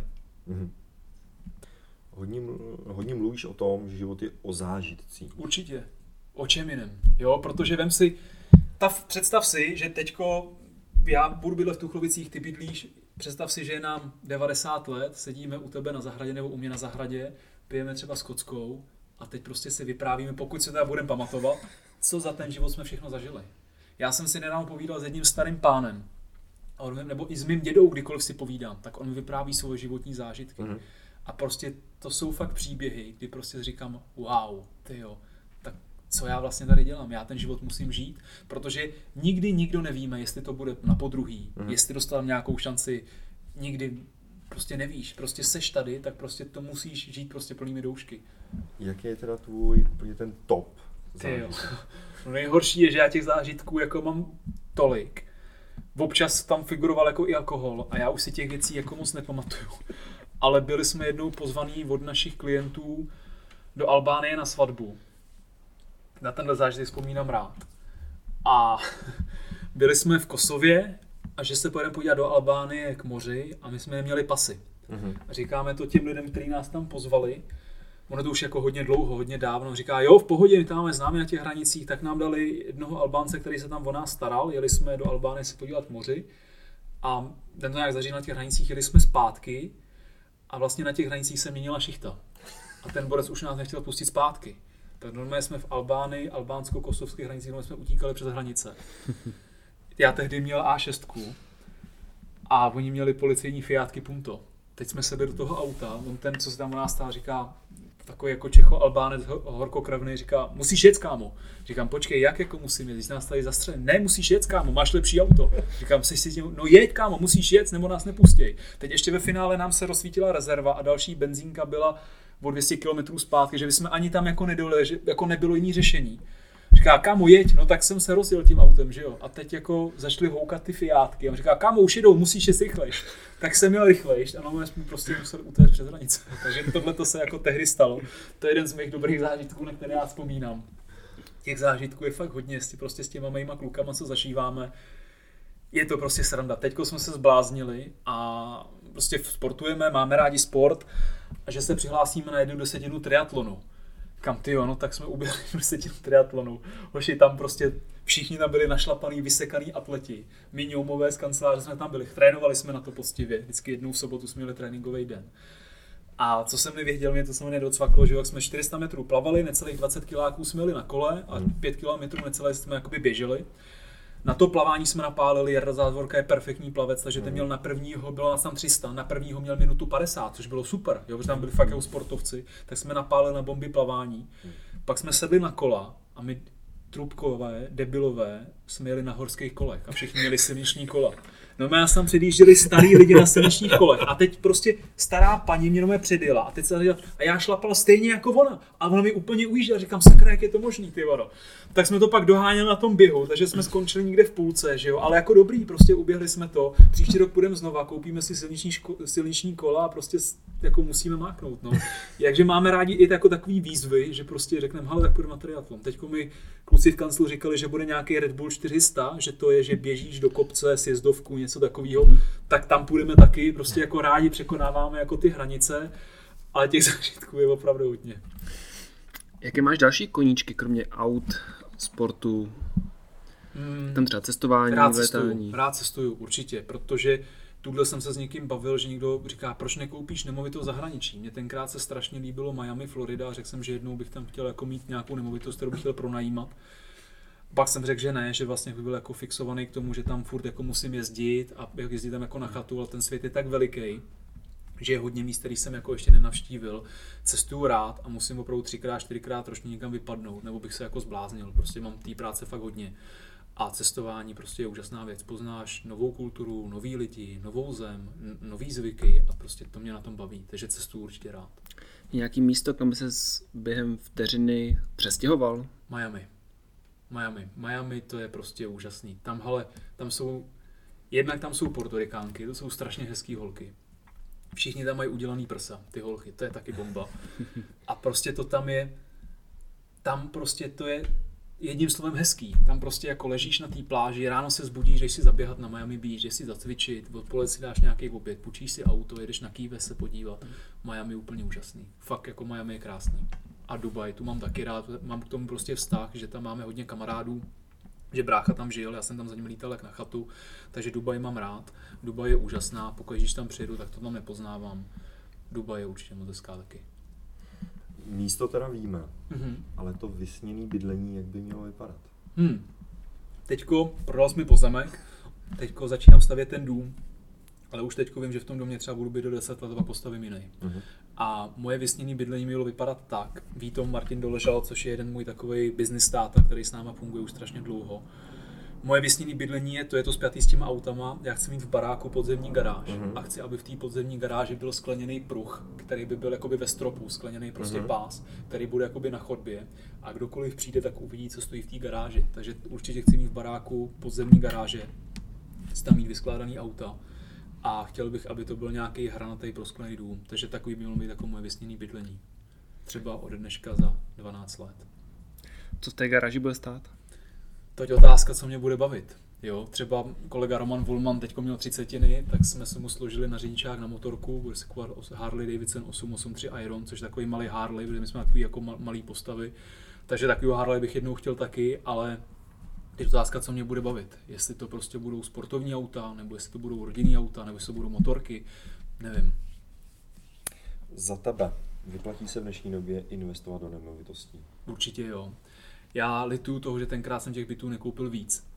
Hodně mluvíš o tom, že život je o zážitcích. Určitě. O čem jiném. Jo, protože vem si, představ si, že teďko já budu bydlet v Tuchlovicích, ty bydlíš, představ si, že je nám 90 let, sedíme u tebe na zahradě nebo u mě na zahradě, pijeme třeba skotskou a teď prostě si vyprávíme, pokud se teda budeme pamatovat, co za ten život jsme všechno zažili. Já jsem si nedávno povídal s jedním starým pánem, nebo i s mým dědou, kdykoliv si povídám, tak on mi vypráví svoje životní zážitky. A prostě to jsou fakt příběhy, kdy prostě říkám, wow, tyjo, tak co já vlastně tady dělám? Já ten život musím žít, protože nikdy nikdo nevíme, jestli to bude na podruhý, jestli dostanu nějakou šanci, nikdy prostě nevíš, prostě seš tady, tak prostě to musíš žít prostě plnými doušky. Jaký je teda tvůj ten top zážitek? No nejhorší je, že já těch zážitků jako mám tolik. Občas tam figuroval jako i alkohol a já už si těch věcí jako moc nepamatuju. Ale byli jsme jednou pozvaní od našich klientů do Albánie na svatbu. Na tenhle zážitek vzpomínám rád. A byli jsme v Kosově a že se pojedeme podívat do Albánie k moři a my jsme neměli pasy. A říkáme to těm lidem, kteří nás tam pozvali. Ono to už jako hodně dlouho, hodně dávno. Říká, jo, v pohodě, my tam máme známí na těch hranicích, tak nám dali jednoho Albánce, který se tam o nás staral. Jeli jsme do Albánie se podívat k moři a ten to nějak zažil na těch hranicích, jeli jsme zpátky a vlastně na těch hranicích se měnila šichta. A ten borec už nás nechtěl pustit zpátky. Tak normálně jsme v Albánii, albánsko-kosovské hranici, normálně jsme utíkali přes hranice. Já tehdy měl A6 a oni měli policejní Fiatky Punto. Teď jsme sedli do toho auta, on ten, co se tam u nás stál, říká, takový jako Čecho-Albánec horkokrevný, říká, musíš jet, kámo. Říkám, počkej, jak jako musím jet, když nás tady zastřelí. Ne, musíš jet, kámo, máš lepší auto. Říkám, no jeď, kámo, musíš jet, nebo nás nepustěj. Teď ještě ve finále nám se rozsvítila rezerva a další benzínka byla o 200 km zpátky, že bychom ani tam jako nedolili, že jako nebylo jiný řešení. Říká, kámo, jeď, no tak jsem se rozjel tím autem, že jo. A teď jako začaly houkat ty Fiatky. A on říká, kámo, už jedou, musíš jet rychlejš. Tak jsem jel rychlejš a no, jsme prostě museli utéct přes hranice. Takže tohle to se jako tehdy stalo. To je jeden z mých dobrých zážitků, na které já vzpomínám. Těch zážitků je fakt hodně, prostě s těma mýma klukama, co zažíváme. Je to prostě sranda. Teďko jsme se zbláznili a prostě sportujeme, máme rádi sport a že se přihlásíme na 1/10 triatlonu. Kam ty jo, no tak jsme uběhli 10 triatlonu. Hoši, tam prostě všichni tam byli našlapaný, vysekaný atleti. My ňoumové z kanceláře jsme tam byli, trénovali jsme na to poctivě. Vždycky jednou v sobotu jsme měli tréninkový den. A co jsem nevěděl, mě to se mě docvaklo, že jak jsme 400 metrů plavali, necelých 20 kiláků jsme jeli na kole a 5 kilometrů necelé jsme jakoby běželi. Na to plavání jsme napálili, Jarda Zázvorka je perfektní plavec, takže ten měl na prvního, bylo nás tam 300, na prvního měl minutu 50, což bylo super, jo, protože tam byli fakt jako sportovci, tak jsme napálili na bomby plavání. Pak jsme sedli na kola a my trubkové, debilové, jsme jeli na horských kolech a všichni měli silniční kola. No my nás tam předjížděli starý lidi na silničních kolech a teď prostě stará paní mě jenom předjela a teď se říkala, a já šlapal stejně jako ona a ona mi úplně ujížděla, říkám, sakra, jak je to možný, ty vado. Tak jsme to pak doháněli na tom běhu, takže jsme skončili někde v půlce, že jo, ale jako dobrý, prostě uběhli jsme to, příští rok půjdeme znova, koupíme si silniční kola a prostě jako musíme máknout, no. Jakže máme rádi i jako takový výzvy, že prostě řekneme, hele, tak půjdeme na triatlon. Teďko mi kluci v kanclu říkali, že bude nějaký Red Bull 400, že to je, že běžíš do kopce, sjezdovku, něco takového, tak tam půjdeme taky, prostě jako rádi překonáváme jako ty hranice, ale těch zážitků je opravdu hodně. Jaké máš další koníčky, kromě aut, sportu, tam třeba cestování, letání? Rád cestuju, určitě, protože tuhle jsem se s někým bavil, že někdo říká, proč nekoupíš nemovitost v zahraničí. Mně tenkrát se strašně líbilo Miami, Florida a řekl jsem, že jednou bych tam chtěl jako mít nějakou nemovitost, kterou bych chtěl pronajímat. Pak jsem řekl, že ne, že vlastně bych byl jako fixovaný k tomu, že tam furt jako musím jezdit a jezdit tam jako na chatu, ale ten svět je tak veliký, že je hodně míst, který jsem jako ještě nenavštívil. Cestuju rád a musím opravdu 3x, 4x ročně někam vypadnout, nebo bych se jako zbláznil. Prostě mám té práce fakt hodně. A cestování prostě je úžasná věc. Poznáš novou kulturu, nový lidi, novou zem, nový zvyky a prostě to mě na tom baví. Takže cestuju určitě rád. Nějaký místo, kam by se během vteřiny přestěhoval? Miami to je prostě úžasný. Tam jsou Portorikánky, to jsou strašně hezký holky. Všichni tam mají udělaný prsa, ty holky, to je taky bomba. A prostě to tam je jedním slovem hezký. Tam prostě jako ležíš na té pláži, ráno se zbudíš, jdeš si zaběhat na Miami Beach, jdeš si zacvičit, odpoledne si dáš nějaký oběd, půjčíš si auto, jedeš na Key West se podívat. Miami je úplně úžasný. Fakt jako Miami je krásný. A Dubaj, tu mám taky rád, mám k tomu prostě vztah, že tam máme hodně kamarádů, že brácha tam žil, já jsem tam za ním lítal jak na chatu, takže Dubaj mám rád. Dubaj je úžasná, pokud když tam přijedu, tak to tam nepoznávám. Dubaj je určitě moc hezká taky. Místo teda víme, ale to vysněné bydlení, jak by mělo vypadat? Teďko prodal jsi mi pozemek, teďko začínám stavět ten dům, ale už teďko vím, že v tom domě třeba budu být do 10 let a postavím jiný. A moje vysněné bydlení mělo vypadat tak, ví to Martin Doležal, což je jeden můj takovej business táta, který s náma funguje už strašně dlouho. Moje vysněné bydlení je to spjatý s těma autama, já chci mít v baráku podzemní garáž a chci, aby v té podzemní garáži byl skleněný pruh, který by byl jakoby ve stropu, skleněný prostě pás, který bude jakoby na chodbě a kdokoliv přijde, tak uvidí, co stojí v té garáži. Takže určitě chci mít v baráku podzemní garáže, chci tam mít vyskládaný auta a chtěl bych, aby to byl nějaký hranatý prosklený dům, takže takový by mělo být jako moje vysněné bydlení. Třeba od dneška za 12 let. Co v té garáži bude stát? To je otázka, co mě bude bavit. Jo, třeba kolega Roman Volman teďko měl 30, tak jsme se mu složili na řidičák na motorku, bude se kupovat Harley Davidson 883 Iron, což je takový malý Harley, protože my jsme takový jako malý postavy. Takže takovýho Harley bych jednou chtěl taky, ale je otázka, co mě bude bavit. Jestli to prostě budou sportovní auta, nebo jestli to budou rodinný auta, nebo jestli to budou motorky, nevím. Za tebe, Vyplatí se v dnešní době investovat do nemovitostí? Určitě jo. Já lituju toho, že tenkrát jsem těch bytů nekoupil víc.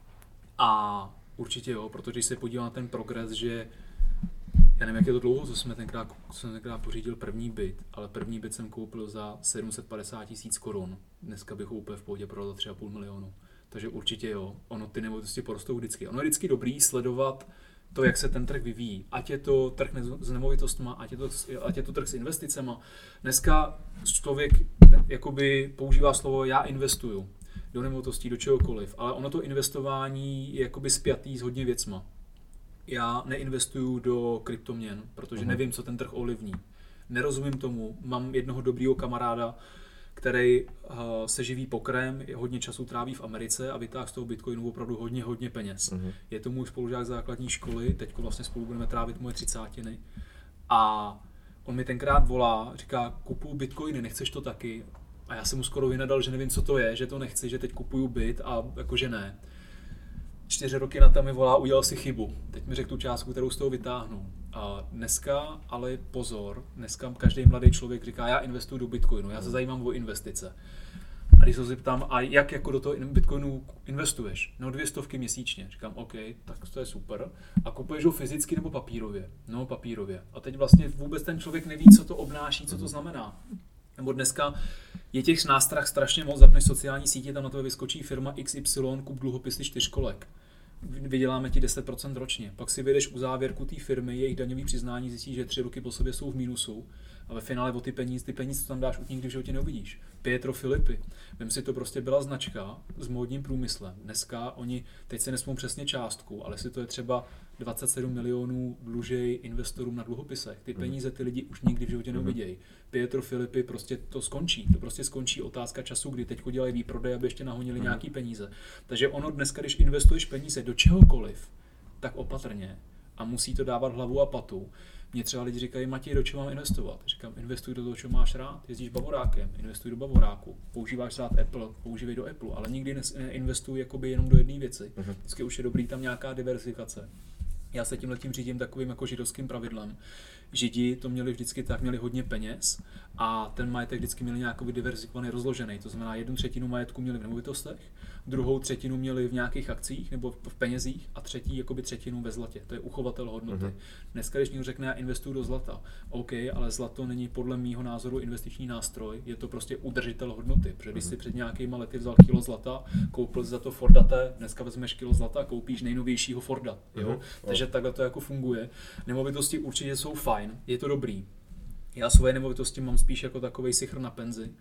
A určitě jo, protože když se podívám na ten progres, že já nevím, jak je to dlouho, co jsem tenkrát pořídil první byt, ale první byt jsem koupil za 750 000 korun. Dneska bych ho úplně v pohodě prodal za 3,5 milionu. Takže určitě jo, ono ty nemovitosti porostou vždycky. Ono je vždycky dobrý sledovat to, jak se ten trh vyvíjí. Ať je to trh s nemovitostma, ať je to trh s investicema. Dneska člověk jakoby používá slovo já investuju do nemovitostí, do čehokoliv, ale ono to investování je jakoby spjatý s hodně věcma. Já neinvestuju do kryptoměn, protože nevím, co ten trh ovlivní. Nerozumím tomu. Mám jednoho dobrýho kamaráda, který se živí pokrem, hodně času tráví v Americe a vytáhl z toho Bitcoinu opravdu hodně peněz. Je to můj spolužák základní školy, teď vlastně spolu budeme trávit moje 30. A on mi tenkrát volá, říká, kupuju Bitcoiny, nechceš to taky? A já jsem mu skoro vynadal, že nevím, co to je, že to nechci, že teď kupuju byt a jakože ne. 4 roky na to mi volá, udělal si chybu. Teď mi řekl tu částku, kterou z toho vytáhnu. A dneska, ale pozor, dneska každý mladý člověk říká, já investuju do Bitcoinu, já se zajímám o investice. A když se zeptám, a jak jako do toho Bitcoinu investuješ? No 200 měsíčně. Říkám, OK, tak to je super. A kupuješ ho fyzicky nebo papírově? No papírově. A teď vlastně vůbec ten člověk neví, co to obnáší, co to znamená. Nebo dneska je těch nástrah strašně moc, zapneš sociální sítě, tam na to vyskočí firma XY, kup dluhopisy 4kolek. Vyděláme ti 10% ročně. Pak si vyjdeš u závěrku té firmy, jejich daňový přiznání, zjistíš, že 3 roky po sobě jsou v mínusu a ve finále o ty peníze, co tam dáš, už nikdy v životě neuvidíš. Pietro Filippi. Vem si, to prostě byla značka s módním průmyslem. Dneska oni, teď se nesmou přesně částku, ale jestli to je třeba 27 milionů dlužej investorům na dluhopisech. Ty peníze ty lidi už nikdy v životě neuvidějí. Pietro Filippi prostě to skončí. To prostě skončí, otázka času, kdy teď dělají výprodej, aby ještě nahonili nějaký peníze. Takže ono dneska, když investuješ peníze do čehokoliv, tak opatrně a musí to dávat hlavu a patu. Mně třeba lidi říkají, Matěj, do čeho mám investovat? Říkám, investuj do toho, čeho máš rád, jezdíš bavorákem, investuj do bavoráku, používáš rád Apple, používej do Apple, ale nikdy neinvestuj jakoby jenom do jedné věci. Vždycky už je dobrý tam nějaká diversifikace. Já se tímhletím řídím takovým jako židovským pravidlem. Židi to měli vždycky tak, měli hodně peněz a ten majetek vždycky měli nějaký diverzifikovaný, rozložený. To znamená, 1/3 majetku měli v nemovitostech, 2/3 měli v nějakých akcích nebo v penězích a třetinu ve zlatě. To je uchovatel hodnoty. Dneska, když někdo řekne, já investuju do zlata, OK, ale zlato není podle mýho názoru investiční nástroj, je to prostě udržitel hodnoty. Protože když si před nějakýma lety vzal kilo zlata, koupil za to Forda T, dneska vezmeš kilo zlata, koupíš nejnovějšího Forda. Jo? Takže takhle to jako funguje. Nemovitosti určitě jsou fajn, je to dobrý. Já svoje nemovitosti mám spíš jako takovej sichr na penzi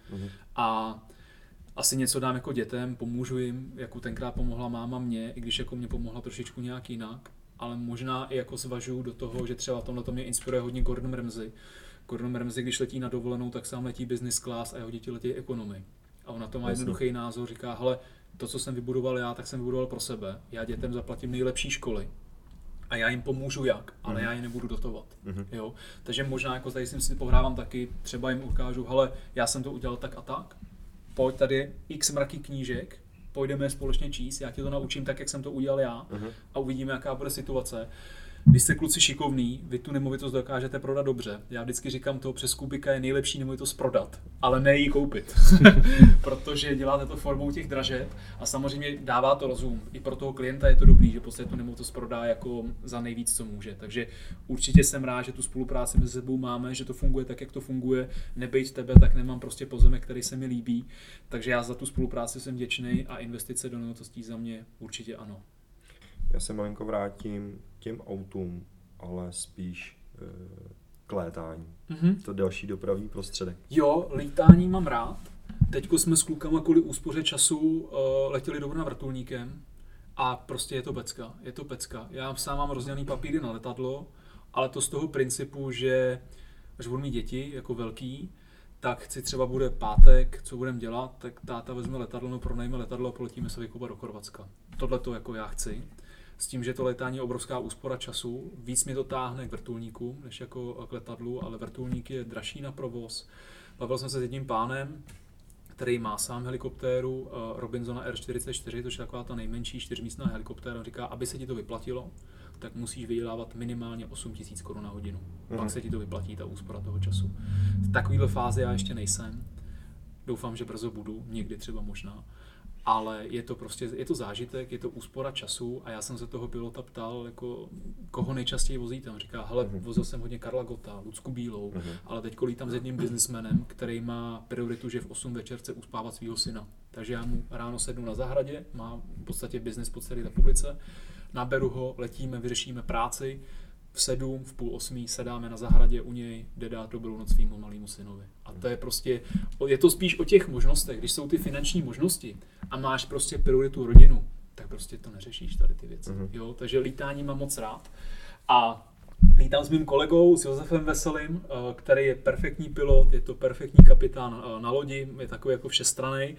a asi něco dám jako dětem, pomůžu jim, jako tenkrát pomohla máma mě, i když jako mě pomohla trošičku nějak jinak, ale možná i jako zvažuju do toho, že třeba tomhle mě inspiruje hodně Gordon Ramsay. Gordon Ramsay, když letí na dovolenou, tak sám letí business class a jeho děti letí economy. A on na to má jednoduchý názor, říká, hele, to, co jsem vybudoval já, tak jsem vybudoval pro sebe. Já dětem zaplatím nejlepší školy. A já jim pomůžu jak, ale já je nebudu dotovat. Jo? Takže možná jako tady si pohrávám taky, třeba jim ukážu, hele, já jsem to udělal tak a tak, pojď tady x mraky knížek, půjdeme společně číst, já ti to naučím tak, jak jsem to udělal já a uvidíme, jaká bude situace. Vy jste kluci šikovný, vy tu nemovitost dokážete prodat dobře. Já vždycky říkám, toho přes Kubika je nejlepší nemovitost prodat, ale ne ji koupit. Protože děláte to formou těch dražeb a samozřejmě dává to rozum. I pro toho klienta je to dobrý, že prostě tu nemovitost prodá jako za nejvíc, co může. Takže určitě jsem rád, že tu spolupráci mezi sebou máme, že to funguje tak, jak to funguje. Nebejt tebe, tak nemám prostě pozemek, který se mi líbí. Takže já za tu spolupráci jsem vděčný a investice do nemovitostí za mě určitě ano. Já se malinko vrátím těm autům, ale spíš k létání. To další dopravní prostředek. Jo, lítání mám rád. Teďko jsme s klukama kvůli úspoře času letěli do Brna vrtulníkem a prostě je to pecka. Já sám mám rozdělaný papíry na letadlo, ale to z toho principu, že až budu mít děti jako velký, tak chci třeba bude pátek, co budeme dělat, tak táta vezme letadlo, no pronajme letadlo a poletíme se vykoupat do Chorvatska. Tohle to jako já chci. S tím, že to letání je obrovská úspora času, víc mě to táhne k vrtulníku, než jako k letadlu, ale vrtulník je dražší na provoz. Bavil jsem se s jedním pánem, který má sám helikoptéru Robinsona R44, to je taková ta nejmenší 4místná helikoptéra. On říká, aby se ti to vyplatilo, tak musíš vydělávat minimálně 8 000 korun na hodinu. Pak se ti to vyplatí, ta úspora toho času. V takovéhle fázi já ještě nejsem. Doufám, že brzo budu, někdy třeba možná. Ale je to zážitek, je to úspora času a já jsem se toho pilota ptal, jako, koho nejčastěji vozíte. On říká, hele, vozil jsem hodně Karla Gotta, Lucku Bílou, ale teď lítám s jedním biznismenem, který má prioritu, že v 8 večer chce uspávat svého syna. Takže já mu ráno sednu na zahradě, má v podstatě biznis po celé republice, naberu ho, letíme, vyřešíme práci, v 7, v 7:30 sedáme na zahradě u něj, jde dát dobrou noc svýmu malému synovi. A to je prostě, je to spíš o těch možnostech, když jsou ty finanční možnosti a máš prostě prioritu rodinu, tak prostě to neřešíš tady ty věci. Jo? Takže lítání mám moc rád. A lítám s mým kolegou, s Josefem Veselým, který je perfektní pilot, je to perfektní kapitán na lodi, je takový jako všestranný.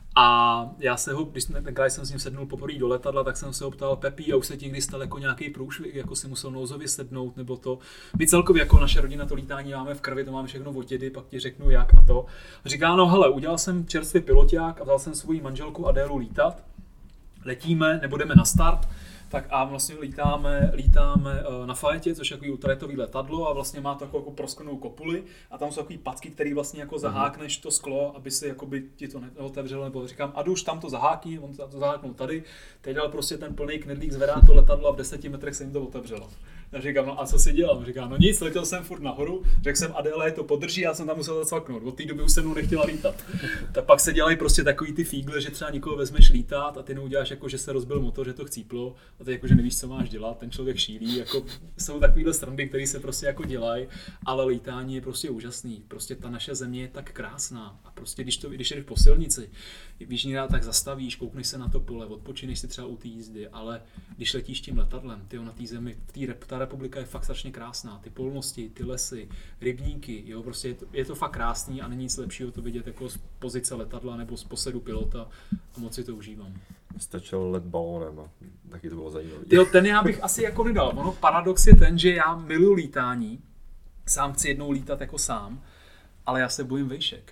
A já se ho, když jsem s ním sednul poprvé do letadla, tak jsem se ho ptal, Pepi, a už se ti někdy stal jako nějaký průšvih, jako si musel nouzově sednout, nebo to. My celkově jako naše rodina to lítání máme v krvi, to máme všechno otědy, pak ti řeknu jak a to. A říká, no hele, udělal jsem čerstvý piloťák a vzal jsem svoji manželku Adélu lítat. Letíme, nebudeme na start. Tak a vlastně lítáme na Fajetě, což je takový ultrajetový letadlo a vlastně má takovou jako prosklenou kopuli a tam jsou takový packy, který vlastně jako zahákneš to sklo, aby se jakoby ti to neotevřelo, nebo říkám, a už tam to zahákí, on to zaháknul tady, teď dal prostě ten plný knedlík, zvedá to letadlo a v 10 metrech se jim to otevřelo. Já říkám, no a co si dělal? Říkám, no nic, letěl jsem furt nahoru, řekl jsem Adéle, to podrží, já jsem tam musel zacvaknout. Od té doby už se mnou nechtěla lítat. Tak pak se dělají prostě takový ty fígle, že třeba někoho vezmeš lítat a ty neuděláš jako, že se rozbil motor, že to chcíplo a ty jako, že nevíš, co máš dělat, ten člověk šílí, jako jsou takovýhle srandy, které se prostě jako dělají, ale lítání je prostě úžasný. Prostě ta naše země je tak krásná a prostě když jdeš po silnici, víš, někdy tak zastavíš, koukneš se na to pole, odpočineš si třeba u té jízdy, ale když letíš tím letadlem, ty na té zemi, ta republika je fakt strašně krásná, ty polnosti, ty lesy, rybníky, jo, prostě je to fakt krásný a není nic lepšího to vidět jako z pozice letadla nebo z posedu pilota a moc si to užívám. Stačil let balónem a taky to bylo zajímavé. Jo, ten já bych asi jako nedal. Ono paradox je ten, že já miluji lítání, sám chci jednou lítat jako sám, ale já se bojím vejšek.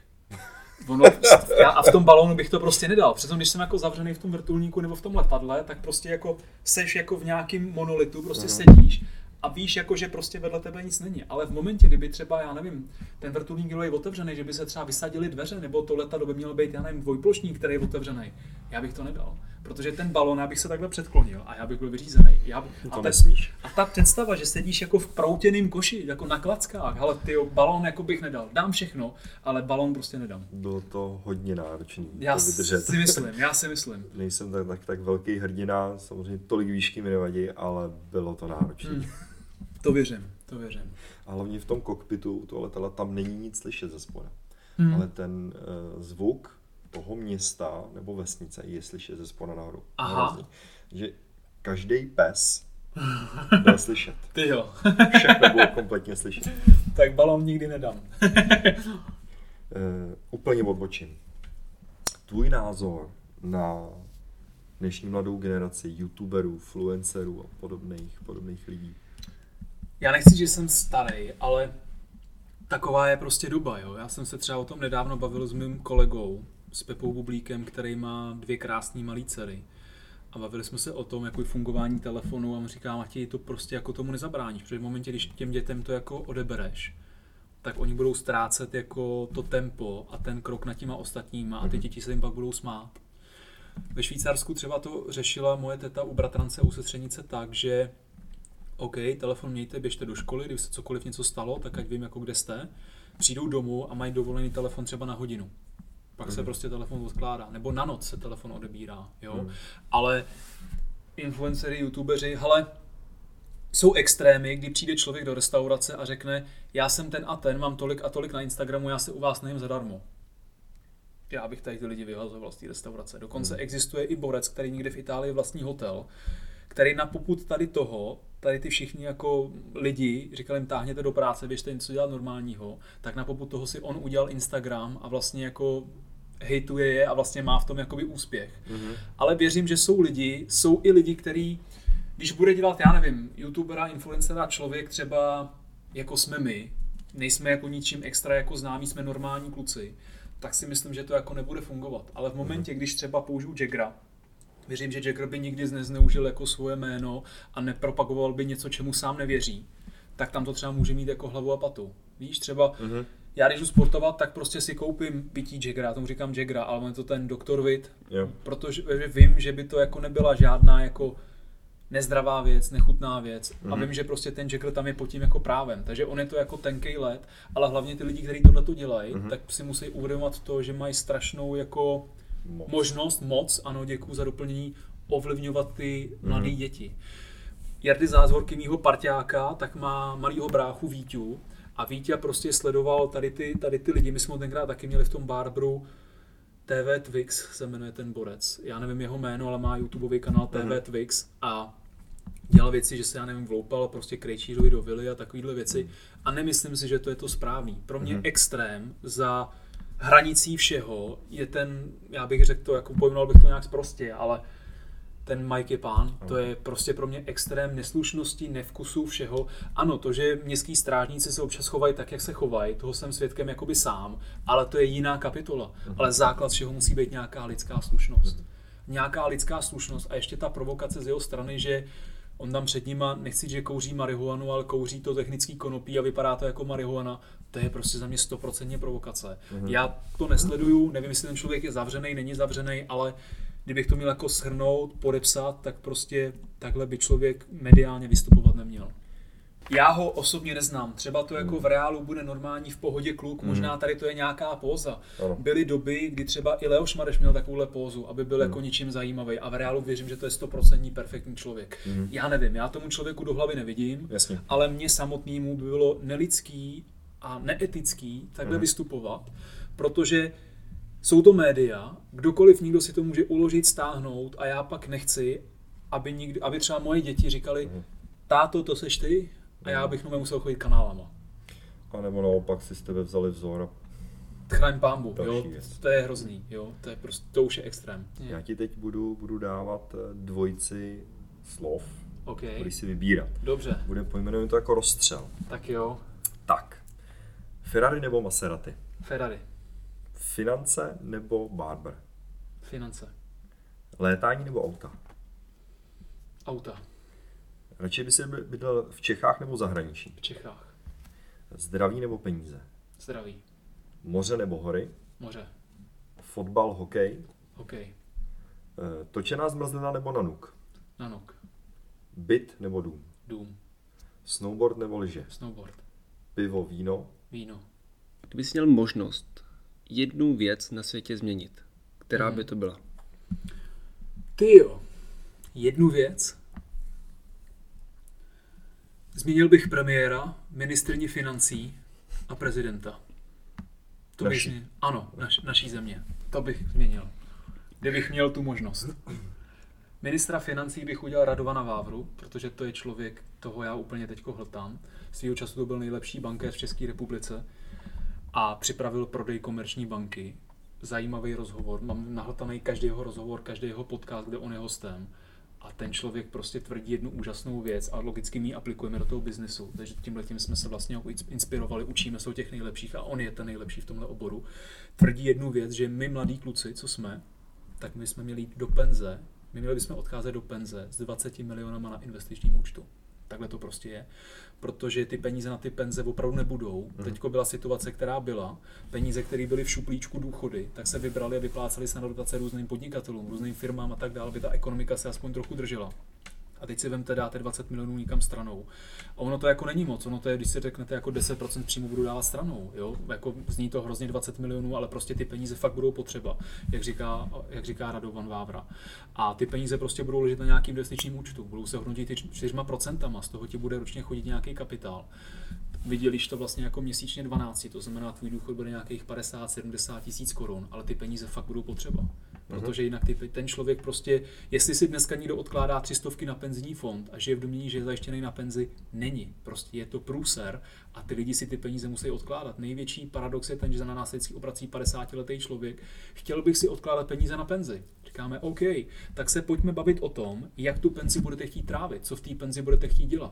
A v tom balónu bych to prostě nedal. Přitom když jsem jako zavřený v tom vrtulníku nebo v tom letadle, tak prostě jako seš jako v nějakém monolitu, prostě sedíš a víš, jako, že prostě vedle tebe nic není. Ale v momentě, kdyby třeba, já nevím, ten vrtulník byl otevřený, že by se třeba vysadily dveře, nebo to letadlo by mělo být, já nevím, dvojplošník, který je otevřený, já bych to nedal. Protože ten balón, já bych se takhle předklonil a já bych byl vyřízený. Nesmíš. A ta představa, že sedíš jako v proutěným koši, jako na klackách, ale tyjo, balón jako bych nedal. Dám všechno, ale balón prostě nedám. Bylo to hodně náročné. Já si myslím. Nejsem tak velký hrdina, samozřejmě tolik výšky mi nevadí, ale bylo to náročné. To věřím. A hlavně v tom kokpitu toho letadla tam není nic slyšet ze spoda. Ale ten zvuk toho města nebo vesnice je slyšet ze spoda nahoru. Aha. Že každý pes byl slyšet. Ty jo. Všechno bylo kompletně slyšet. Tak balón nikdy nedám. Úplně odbočím. Tvůj názor na dnešní mladou generaci youtuberů, influencerů a podobných lidí? Já nechci, že jsem starý, ale taková je prostě doba. Jo? Já jsem se třeba o tom nedávno bavil s mým kolegou, s Pepou Bublíkem, který má 2 krásné malé dcery. A bavili jsme se o tom, jako fungování telefonu a mu říkám, Matěj, to prostě jako tomu nezabráníš, protože v momentě, když těm dětem to jako odebereš, tak oni budou ztrácet jako to tempo a ten krok nad těma ostatníma a ty děti se jim pak budou smát. Ve Švýcarsku třeba to řešila moje teta u bratrance, u sestřenice tak, že OK, telefon mějte, běžte do školy, když se cokoliv něco stalo, tak ať vím, jako kde jste. Přijdou domů a mají dovolený telefon třeba na hodinu. Pak se prostě telefon odkládá. Nebo na noc se telefon odebírá. Jo? Ale influencery, youtubeři, hele, jsou extrémy, kdy přijde člověk do restaurace a řekne, já jsem ten a ten, mám tolik a tolik na Instagramu, já se u vás nejím zadarmo. Já bych tady ty lidi vyhazoval z té restaurace. Dokonce existuje i borec, který někde v Itálii vlastní hotel, který na popud tady ty všichni jako lidi, říkali jim, táhněte do práce, běžte něco dělat normálního, tak na popud toho si on udělal Instagram a vlastně jako hejtuje je a vlastně má v tom jakoby úspěch. Ale věřím, že jsou i lidi, kteří, když bude dělat, já nevím, youtubera, influencera, člověk třeba jako jsme my, nejsme jako ničím extra jako známí, jsme normální kluci, tak si myslím, že to jako nebude fungovat. Ale v momentě, když třeba použiju Jaggera, Věřím, že Jagger by nikdy nezneužil jako svoje jméno a nepropagoval by něco, čemu sám nevěří. Tak tam to třeba může mít jako hlavu a patu. Víš, třeba já když jdu sportovat, tak prostě si koupím pití Jaggera, tomu říkám Jaggera, ale on je to ten Dr. Witt, protože vím, že by to jako nebyla žádná jako nezdravá věc, nechutná věc a vím, že prostě ten Jagger tam je pod tím jako právem, takže on je to jako tenkej led, ale hlavně ty lidi, kteří tohleto dělají, tak si musí uvědomovat to, že mají strašnou jako moc, ano, děkuju za doplnění, ovlivňovat ty mladé děti. Jardy Zázvorky, mýho parťáka, tak má malýho bráchu Víťu a Víťa prostě sledoval tady ty lidi, my jsme ho tenkrát taky měli v tom Barberu, TV Twix se jmenuje ten borec, já nevím jeho jméno, ale má YouTubeový kanál TV Twix a dělal věci, že se, já nevím, vloupal prostě Krejčířovi do vily a takovýhle věci a nemyslím si, že to je to správný. Pro mě extrém za hranicí všeho je ten, já bych řekl to, jako pojmenoval bych to nějak sprostě, ale ten Mike je pán, to je prostě pro mě extrém neslušnosti, nevkusu, všeho. Ano, to, že městský strážníci se občas chovají tak, jak se chovají, toho jsem svědkem jakoby sám, ale to je jiná kapitola. Ale základ všeho musí být nějaká lidská slušnost. Nějaká lidská slušnost a ještě ta provokace z jeho strany, že on tam před nima, nechci, že kouří marihuanu, ale kouří to technický konopí a vypadá to jako marihuana, to je prostě za mě 100% provokace. Já to nesleduju, nevím, jestli ten člověk je zavřený, není zavřený, ale kdybych to měl jako shrnout, podepsat, tak prostě takhle by člověk mediálně vystupovat neměl. Já ho osobně neznám, třeba to jako v reálu bude normální v pohodě kluk, možná tady to je nějaká póza. Byly doby, kdy třeba i Leoš Mareš měl takovouhle pózu, aby byl jako ničím zajímavý a v reálu věřím, že to je 100% perfektní člověk. Já nevím, já tomu člověku do hlavy nevidím, ale mně samotnému by bylo nelidský a neetický takhle vystupovat, protože jsou to média, kdokoliv, nikdo si to může uložit, stáhnout a já pak nechci, aby třeba moje děti říkali, táto, to seš ty? A já bych musel chodit kanálama. A nebo naopak si z tebe vzali vzor a... Chraň pánbu, jo, to je hrozný, jo, to je prostě, to už je extrém. Já ti teď budu dávat dvojici slov, budeš si vybírat. Dobře. Pojmenujeme to jako rozstřel. Tak jo. Tak, Ferrari nebo Maserati? Ferrari. Finance nebo barber? Finance. Létání nebo auta? Auta. Radši by si bydlel v Čechách nebo zahraničí? V Čechách. Zdraví nebo peníze? Zdraví. Moře nebo hory? Moře. Fotbal, hokej? Hokej. Točená zmrzlina nebo nanuk? Nanuk. Byt nebo dům? Dům. Snowboard nebo lyže? Snowboard. Pivo, víno? Víno. Kdybys měl možnost jednu věc na světě změnit, která by to byla? Tyjo, jednu věc? Změnil bych premiéra, ministryni financí a prezidenta. To bych změnil. Ano, naší země. To bych změnil. Kdybych měl tu možnost. Ministra financí bych udělal Radovana Vávru, protože to je člověk, toho já úplně teďko hltám. Svýho času to byl nejlepší bankéř v České republice a připravil prodej Komerční banky. Zajímavý rozhovor, mám nahltaný každý jeho rozhovor, každý jeho podcast, kde on je hostem. A ten člověk prostě tvrdí jednu úžasnou věc a logicky my ji aplikujeme do toho biznesu. Takže tímhletím jsme se vlastně inspirovali, učíme se o těch nejlepších a on je ten nejlepší v tomhle oboru. Tvrdí jednu věc, že my mladí kluci, co jsme, tak my jsme měli jít do penze, my měli bychom odcházet do penze s 20 milionama na investičním účtu. Takhle to prostě je, protože ty peníze na ty penze opravdu nebudou. Teďko byla situace, která byla, peníze, které byly v šuplíčku důchody, tak se vybrali a vypláceli se na dotace různým podnikatelům, různým firmám a tak dále, aby ta ekonomika se aspoň trochu držela. A teď si vemte, dáte 20 milionů někam stranou. A ono to jako není moc, ono to je, když si řeknete, jako 10% příjmu budu dávat stranou, jo? Jako zní to hrozně 20 milionů, ale prostě ty peníze fakt budou potřeba, jak říká Radovan Vávra. A ty peníze prostě budou ležet na nějakým investičním účtu, budou se hodnotit 4%, z toho ti bude ročně chodit nějaký kapitál. Vydělíš to vlastně jako měsíčně 12, to znamená, tvůj důchod bude nějakých 50-70 tisíc korun, ale ty peníze fakt budou potřeba. Protože jinak ten člověk prostě, jestli si dneska někdo odkládá 300 na penzijní fond a žije v domění, že je zajištěný na penzi, není. Prostě je to průser a ty lidi si ty peníze musí odkládat. Největší paradox je ten, že za nás vždycky obrací 50letý člověk. Chtěl bych si odkládat peníze na penzi. Říkáme, OK, tak se pojďme bavit o tom, jak tu penzi budete chtít trávit, co v té penzi budete chtít dělat.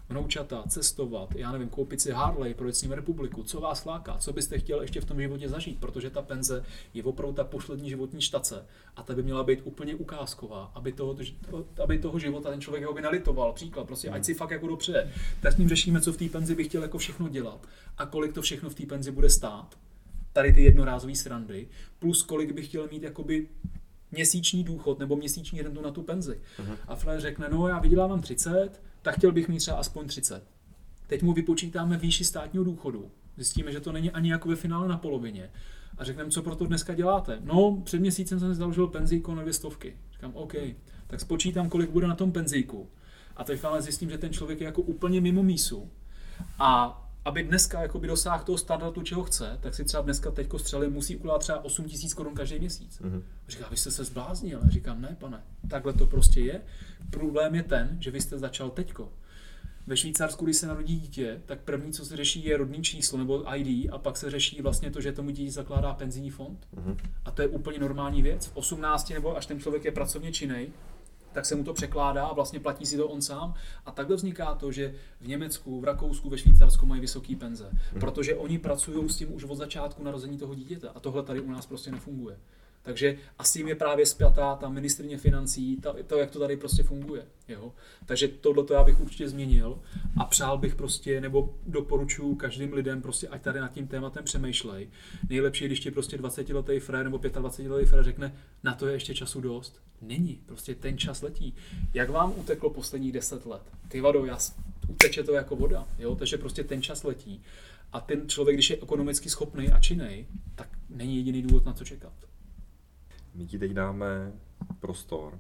vnoučata, cestovat, já nevím, koupit si Harley, projet s ním republiku, co vás láká, co byste chtěl ještě v tom životě zažít, protože ta penze je opravdu ta poslední životní štace a ta by měla být úplně ukázková, aby toho života ten člověk ho by nalitoval, příklad, prostě ať si fakt jako dopřeje. Tak s ním řešíme, co v té penzi by chtěl jako všechno dělat a kolik to všechno v té penzi bude stát, tady ty jednorázové srandy, plus kolik by chtěl mít jakoby měsíční důchod nebo měsíční rentu na tu penzi. A Flair řekne, no já vydělávám 30, tak chtěl bych mít třeba aspoň 30. Teď mu vypočítáme výši státního důchodu. Zjistíme, že to není ani jako ve finále na polovině. A řekneme, co pro to dneska děláte? No, před měsícem jsem si založil penzíko na 200. Říkám, OK, tak spočítám, kolik bude na tom penzíku. A teď ale zjistím, že ten člověk je jako úplně mimo mísu. A aby dneska jakoby dosáhl toho standardu, čeho chce, tak si třeba dneska teďko střelím, musí ukládat třeba 8 000 korun každý měsíc. Říká, vy jste se zbláznil. Říkám, ne, pane, takhle to prostě je. Problém je ten, že vy jste začal teďko. Ve Švýcarsku, když se narodí dítě, tak první, co se řeší, je rodný číslo nebo ID a pak se řeší vlastně to, že tomu dítě zakládá penzijní fond. A to je úplně normální věc. V 18 nebo až ten člověk je pracovně činnej, tak se mu to překládá a vlastně platí si to on sám. A takhle vzniká to, že v Německu, v Rakousku, ve Švýcarsku mají vysoký penze. Protože oni pracují s tím už od začátku narození toho dítěte. A tohle tady u nás prostě nefunguje. Takže a s tím je právě spjatá ta ministryně financí, to, jak to tady prostě funguje. Jo? Takže tohleto já bych určitě změnil a přál bych prostě, nebo doporučuji každým lidem prostě, ať tady nad tím tématem přemýšlej. Nejlepší, když ti prostě 20letý frér nebo 25letý frér řekne, na to je ještě času dost. Není, prostě ten čas letí. Jak vám uteklo posledních 10 let? Ty vado, uteče to jako voda, jo? Takže prostě ten čas letí. A ten člověk, když je ekonomicky schopný a činnej, tak není jediný důvod na co čekat. My ti teď dáme prostor,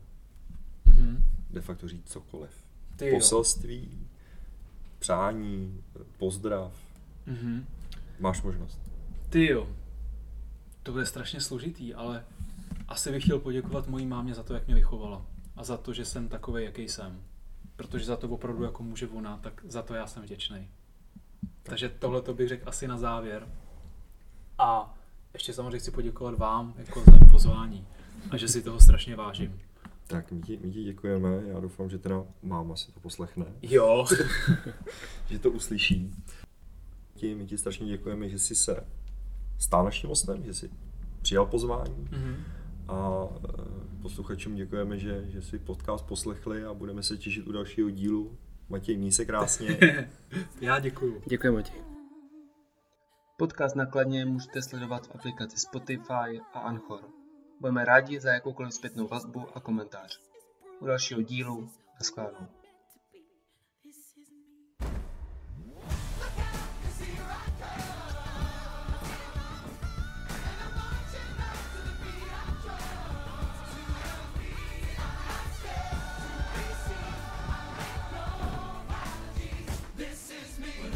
de facto říct cokoliv. Poselství, přání, pozdrav. Máš možnost. Ty jo, to bude strašně složitý, ale asi bych chtěl poděkovat mojí mámě za to, jak mě vychovala. A za to, že jsem takovej, jaký jsem. Protože za to opravdu jako může ona, tak za to já jsem vděčnej. Takže tohle to bych řekl asi na závěr. A ještě samozřejmě chci poděkovat vám jako za pozvání a že si toho strašně vážím. Tak my ti děkujeme, já doufám, že teda máma si to poslechne. Jo. Že to uslyší. My ti strašně děkujeme, že jsi se stál naším hostem, že jsi přijal pozvání. A posluchačům děkujeme, že si podcast poslechli a budeme se těšit u dalšího dílu. Matěj, měj se krásně. Já děkuju. Děkuji, Matěj. Podcast Nakladně můžete sledovat v aplikaci Spotify a Anchor. Budeme rádi za jakoukoliv zpětnou vazbu a komentář. U dalšího dílu, naschledanou.